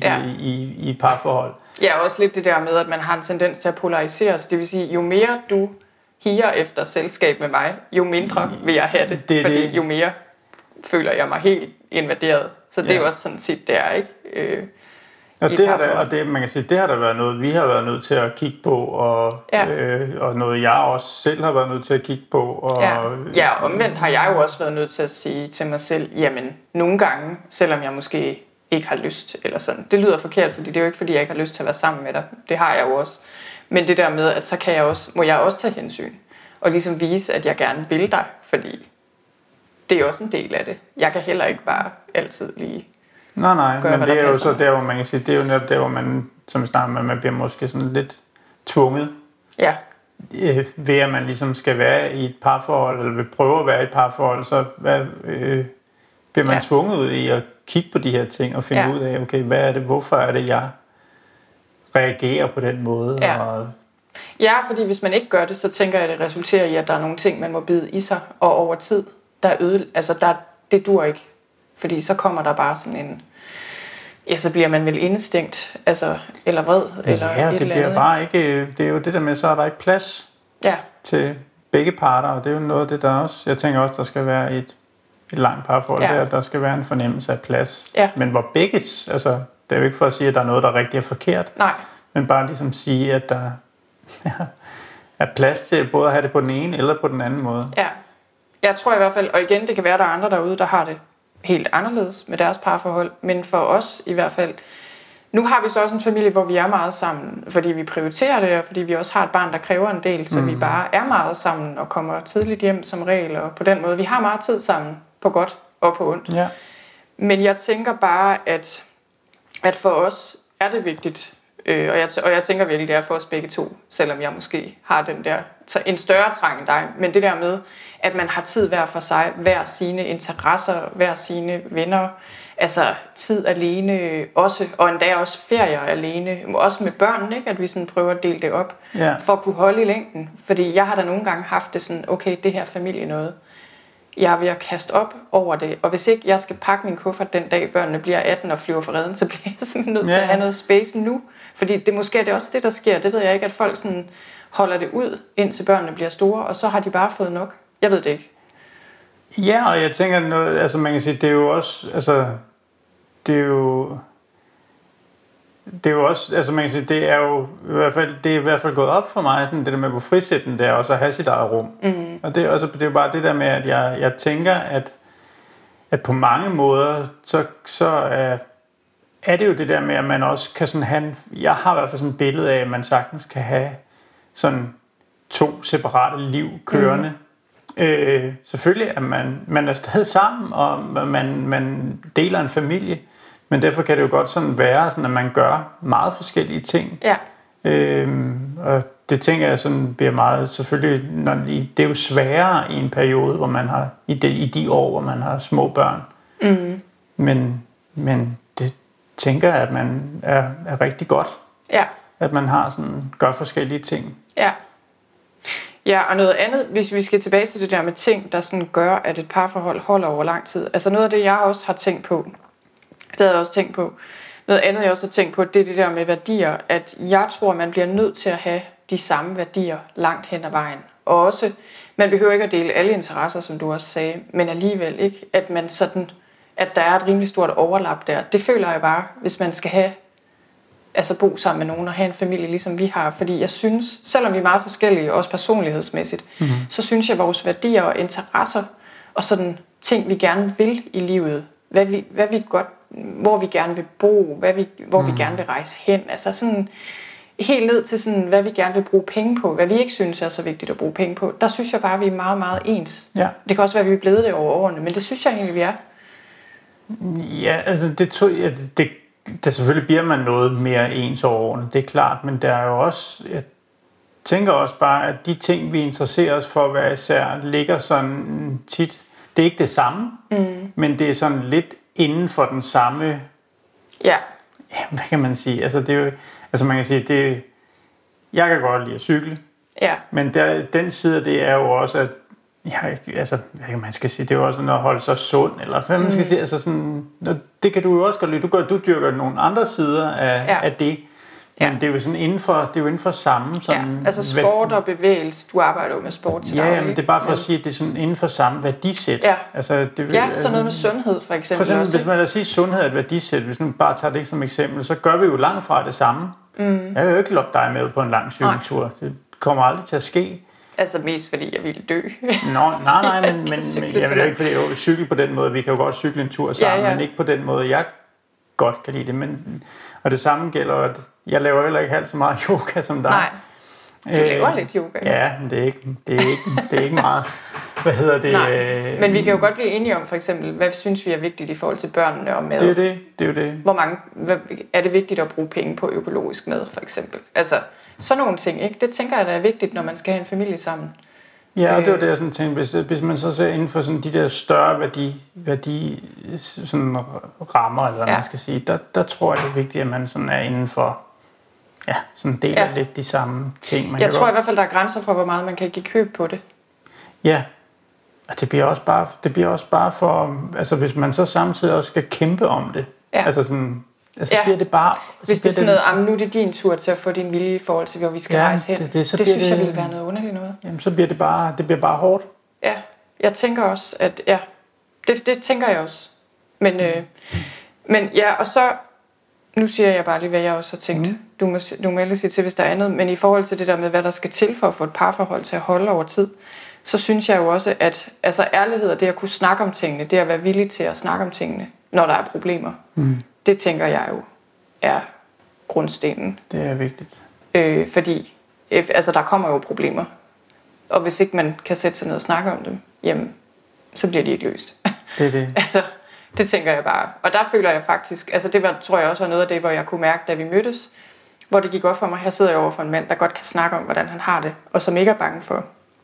B: i parforhold.
A: Ja, også lidt det der med, at man har en tendens til at polarisere, det vil sige, jo mere du higer efter selskab med mig, jo mindre vil jeg have det, fordi jo mere føler jeg mig helt invaderet. Så det er jo også sådan set, det er, ikke?
B: Og det man kan sige, det har der været noget, vi har været nødt til at kigge på, og noget jeg også selv har været nødt til at kigge på. Og
A: omvendt har jeg jo også været nødt til at sige til mig selv, jamen nogle gange, selvom jeg måske ikke har lyst, eller sådan, det lyder forkert, fordi det er jo ikke fordi jeg ikke har lyst til at være sammen med dig, det har jeg jo også. Men det der med, at så kan må jeg også tage hensyn, og ligesom vise, at jeg gerne vil dig, fordi det er også en del af det. Jeg kan heller ikke bare altid lige
B: Nej, men det er jo så der, hvor man kan sige, det er jo netop der, hvor man, som vi snakker med, man bliver måske sådan lidt tvunget. Ja. Ved at man ligesom skal være i et parforhold, eller vil prøve at være i et parforhold, så bliver man tvunget ud i at kigge på de her ting, og finde ud af, okay, hvad er det, hvorfor er det, jeg reagerer på den måde.
A: Ja, fordi hvis man ikke gør det, så tænker jeg, at det resulterer i, at der er nogle ting, man må bide i sig, og over tid, det dur ikke. Fordi så kommer der bare sådan en, så bliver man vel indestængt, eller vred, eller et eller andet.
B: Det bliver bare ikke, det er jo det der med, så er der ikke plads til begge parter, og det er jo noget af det, der også, jeg tænker også, der skal være et langt parforhold, der skal være en fornemmelse af plads. Ja. Men hvor begges, det er jo ikke for at sige, at der er noget, der rigtig er forkert, men bare ligesom sige, at der er plads til både at have det på den ene eller på den anden måde.
A: Ja, jeg tror i hvert fald, og igen, det kan være, at der er andre derude, der har det helt anderledes med deres parforhold, men for os i hvert fald, nu har vi så også en familie, hvor vi er meget sammen, fordi vi prioriterer det, og fordi vi også har et barn, der kræver en del, så vi bare er meget sammen og kommer tidligt hjem som regel, og på den måde, vi har meget tid sammen, på godt og på ondt. Ja. Men jeg tænker bare, at for os er det vigtigt, og jeg tænker virkelig, det er for os begge to, selvom jeg måske har den der, en større trang end dig, men det der med, at man har tid hver for sig, hver sine interesser, hver sine venner, tid alene også, og endda også ferier alene, også med børnene, ikke? At vi sådan prøver at dele det op, for at kunne holde i længden, fordi jeg har da nogle gange haft det sådan, okay, det her familie noget, jeg er ved at kaste op over det, og hvis ikke jeg skal pakke min kuffert den dag, børnene bliver 18 og flyver fra redden, så bliver jeg simpelthen nødt til at have noget space nu, fordi det måske er det også det, der sker, det ved jeg ikke, at folk sådan holder det ud, indtil børnene bliver store, og så har de bare fået nok. Jeg ved det ikke.
B: Ja, og jeg tænker noget, man kan sige, det er jo også, det er jo, det er jo også, altså man kan sige, det er jo i hvert fald gået op for mig, sådan det der med at kunne frisætte den der, og så have sit eget rum. Mm. Og det er jo bare det der med, at jeg tænker, at på mange måder, så er det jo det der med, at man også kan sådan have, jeg har i hvert fald sådan et billede af, at man sagtens kan have sådan 2 separate liv kørende. Selvfølgelig er man er stadig sammen, og man deler en familie, men derfor kan det jo godt sådan være, sådan, at man gør meget forskellige ting.
A: Ja.
B: Og det tænker jeg sådan bliver meget, selvfølgelig, det er jo sværere i en periode, hvor man har, i de år, hvor man har små børn. Mm. Men det tænker jeg, at man er rigtig godt. Ja. At man har sådan, gør forskellige ting.
A: Ja. Ja, og noget andet, hvis vi skal tilbage til det der med ting, der sådan gør, at et parforhold holder over lang tid. Altså noget af det, jeg også har tænkt på, det havde jeg også tænkt på. Noget andet, jeg også har tænkt på, det er det der med værdier, at jeg tror, man bliver nødt til at have de samme værdier langt hen ad vejen. Og også, man behøver ikke at dele alle interesser, som du også sagde, men alligevel ikke, at man sådan, at der er et rimelig stort overlap der. Det føler jeg bare, hvis man skal have, altså bo sammen med nogen og have en familie, ligesom vi har. Fordi jeg synes, selvom vi er meget forskellige, også personlighedsmæssigt, så synes jeg, at vores værdier og interesser og sådan ting, vi gerne vil i livet, hvad vi godt, hvor vi gerne vil bo, hvor vi gerne vil rejse hen, altså sådan helt ned til sådan, hvad vi gerne vil bruge penge på, hvad vi ikke synes er så vigtigt at bruge penge på, der synes jeg bare, at vi er meget, meget ens. Ja. Det kan også være, at vi er blevet det over årene, men det synes jeg egentlig, vi er.
B: Ja, altså det selvfølgelig bliver man noget mere ens over årene, det er klart, men der er jo også, jeg tænker også bare, at de ting, vi interesserer os for hver især, ligger sådan tit, det er ikke det samme, men det er sådan lidt inden for den samme, ja, hvad kan man sige, altså det er jo, altså man kan sige, jeg kan godt lide at cykle, ja, men den side af det er jo også, at altså, man skal sige, det er jo også noget at holde sig sund, eller hvad man skal sige, altså sådan, det kan du jo også godt lide, du dyrker nogle andre sider af det, men det er jo sådan inden for samme sådan,
A: ja, altså sport og bevægelse, du arbejder jo med sport til daglig.
B: Ja, men det er bare for at sige, at det er sådan inden for samme værdisæt.
A: Ja,
B: altså,
A: sådan noget med sundhed for eksempel.
B: For eksempel, hvis man siger sundhed er et værdisæt, hvis nu bare tager det ikke som eksempel, så gør vi jo langt fra det samme. Jeg vil jo ikke lokke dig med på en lang cykeltur. Det kommer aldrig til at ske.
A: Altså mest fordi jeg ville dø.
B: Nej, men jeg vil ikke fordi jeg cykle på den måde. Vi kan jo godt cykle en tur sammen, men ikke på den måde, jeg godt kan lide det. Og det samme gælder, at jeg laver heller ikke halvt så meget yoga som dig.
A: Nej, du laver lidt yoga.
B: Ja, men det er ikke meget. Hvad hedder det?
A: Nej, men vi kan jo godt blive enige om, for eksempel, hvad synes vi er vigtigt i forhold til børnene og mad?
B: Det er jo det.
A: Er det vigtigt at bruge penge på økologisk mad, for eksempel? Altså, sådan nogle ting, ikke? Det tænker jeg, der er vigtigt, når man skal have en familie sammen.
B: Ja, og det var det, jeg sådan tænkte, hvis man så ser inden for sådan de der større værdi sådan rammer, eller hvad man skal sige, der tror jeg, det er vigtigt, at man sådan er inden for, sådan deler lidt de samme ting.
A: Jeg tror i hvert fald, der er grænser for, hvor meget man kan give køb på det. Ja,
B: og det bliver også bare for, altså hvis man så samtidig også skal kæmpe om det, altså sådan, altså bliver det bare...
A: Hvis det er sådan noget, nu er det din tur til at få din vilje i forhold til, hvor vi skal rejse hen. Det synes jeg ville være noget underligt noget.
B: Jamen, så bliver det bliver bare hårdt.
A: Ja, jeg tænker også, at det tænker jeg også. Men ja, og så, nu siger jeg bare lige, hvad jeg også har tænkt. Du må lige sige til, hvis der er andet. Men i forhold til det der med, hvad der skal til for at få et parforhold til at holde over tid, så synes jeg jo også, at altså, ærlighed og det at kunne snakke om tingene, det at være villig til at snakke om tingene, når der er problemer, det tænker jeg jo er grundstenen.
B: Det er vigtigt.
A: Fordi altså, der kommer jo problemer. Og hvis ikke man kan sætte sig ned og snakke om dem, jamen, så bliver de ikke løst.
B: Det er det.
A: Altså, det tænker jeg bare. Og der føler jeg faktisk, altså det tror jeg også var noget af det, hvor jeg kunne mærke, da vi mødtes, hvor det gik godt for mig. Her sidder jeg over for en mand, der godt kan snakke om, hvordan han har det, og som ikke er bange for,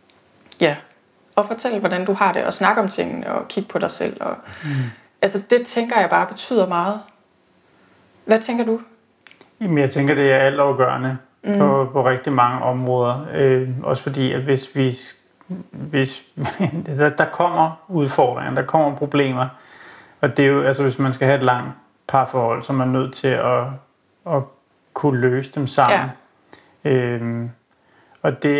A: og fortælle, hvordan du har det, og snakke om tingene, og kigge på dig selv. Og, altså det tænker jeg bare betyder meget. Hvad tænker du? Jamen
B: jeg tænker, det er altafgørende på rigtig mange områder. Også fordi, at hvis der kommer udfordringer, der kommer problemer, og det er jo, altså hvis man skal have et langt parforhold, så er man nødt til at kunne løse dem sammen. Ja. Og det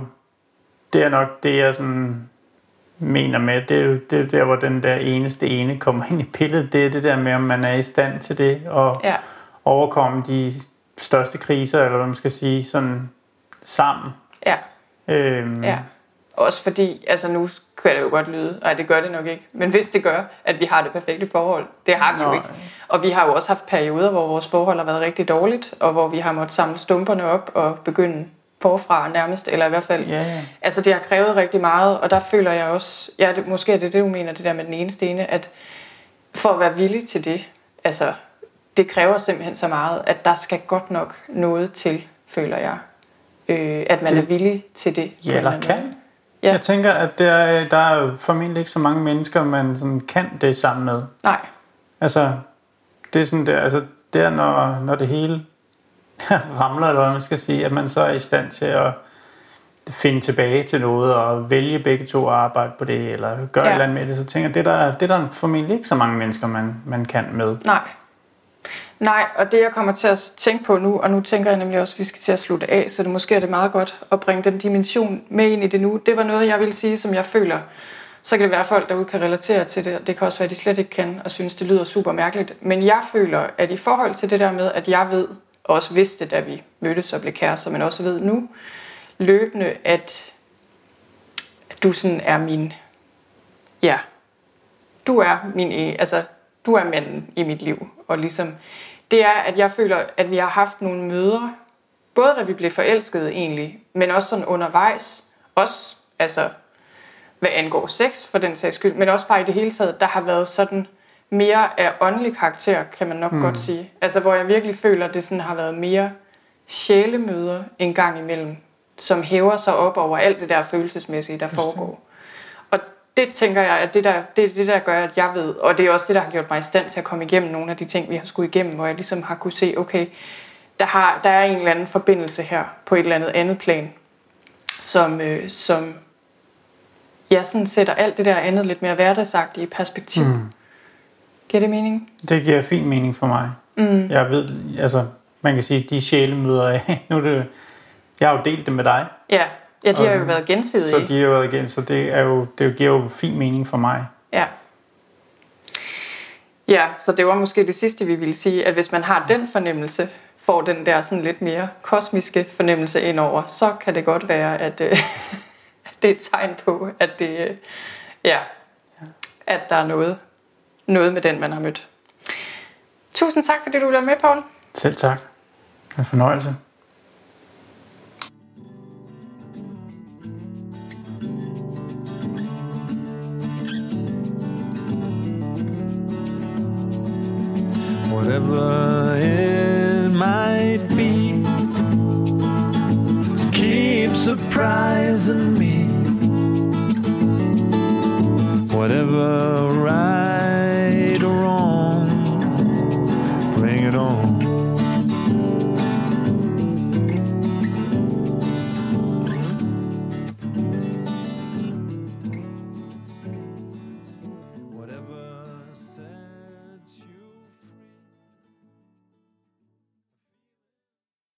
B: er nok det, jeg sådan mener med, det er jo der, hvor den der ene kommer ind i billedet, det er det der med, om man er i stand til det, og overkomme de største kriser, eller hvad man skal sige, sådan sammen.
A: Ja. Ja. Også fordi, altså nu kan det jo godt lyde, og det gør det nok ikke, men hvis det gør, at vi har det perfekte forhold, det har vi jo ikke. Og vi har jo også haft perioder, hvor vores forhold har været rigtig dårligt, og hvor vi har måttet samle stumperne op og begynde forfra nærmest, eller i hvert fald, altså det har krævet rigtig meget, og der føler jeg også, måske er det du mener, det der med den ene stene, at for at være villig til det, altså det kræver simpelthen så meget, at der skal godt nok noget til, føler jeg, at man er villig til det.
B: Ja, eller kan. Ja. Jeg tænker, at der er formentlig ikke så mange mennesker, man sådan kan det sammen med.
A: Nej.
B: Altså, det er sådan der, altså der når det hele ramler, eller hvad man skal sige, at man så er i stand til at finde tilbage til noget, og vælge begge to at arbejde på det, eller gøre et eller andet med det, så tænker jeg, det er der formentlig ikke så mange mennesker, man kan med.
A: Nej, og det jeg kommer til at tænke på nu, og nu tænker jeg nemlig også, at vi skal til at slutte af, så det måske er det meget godt at bringe den dimension med ind i det nu. Det var noget, jeg vil sige, som jeg føler. Så kan det være, at folk derude kan relatere til det, og det kan også være, at de slet ikke kan, og synes, det lyder super mærkeligt. Men jeg føler, at i forhold til det der med, at jeg ved, og også vidste, da vi mødtes og blev kærester, men også ved nu, løbende, at du sådan er min, du er min, altså du er manden i mit liv, og ligesom, det er, at jeg føler, at vi har haft nogle møder, både da vi blev forelskede egentlig, men også sådan undervejs, også, altså, hvad angår sex for den sags skyld, men også bare i det hele taget, der har været sådan mere af åndelig karakter, kan man nok godt sige. Altså, hvor jeg virkelig føler, at det sådan har været mere sjælemøder en gang imellem, som hæver sig op over alt det der følelsesmæssige, der foregår. Og det tænker jeg, at det er det, der gør, at jeg ved, og det er også det, der har gjort mig i stand til at komme igennem nogle af de ting, vi har skulle igennem, hvor jeg ligesom har kunne se, okay, der er en eller anden forbindelse her, på et eller andet plan, som sådan sætter alt det der andet lidt mere hverdagsagtigt i perspektiv. Giver det mening?
B: Det giver fin mening for mig. Jeg ved, altså, man kan sige, de sjælemøder af, nu er det, jeg har jo delt det med dig.
A: Ja, de har jo været gensidige.
B: Så de har jo været gensidige, så det giver jo fin mening for mig.
A: Ja, så det var måske det sidste, vi ville sige, at hvis man har den fornemmelse, får den der sådan lidt mere kosmiske fornemmelse indover, så kan det godt være, at det er et tegn på, at det, at der er noget med den, man har mødt. Tusind tak, fordi du ville være med, Paul.
B: Selv tak. En fornøjelse.
C: Whatever it might be, keep surprising me. Whatever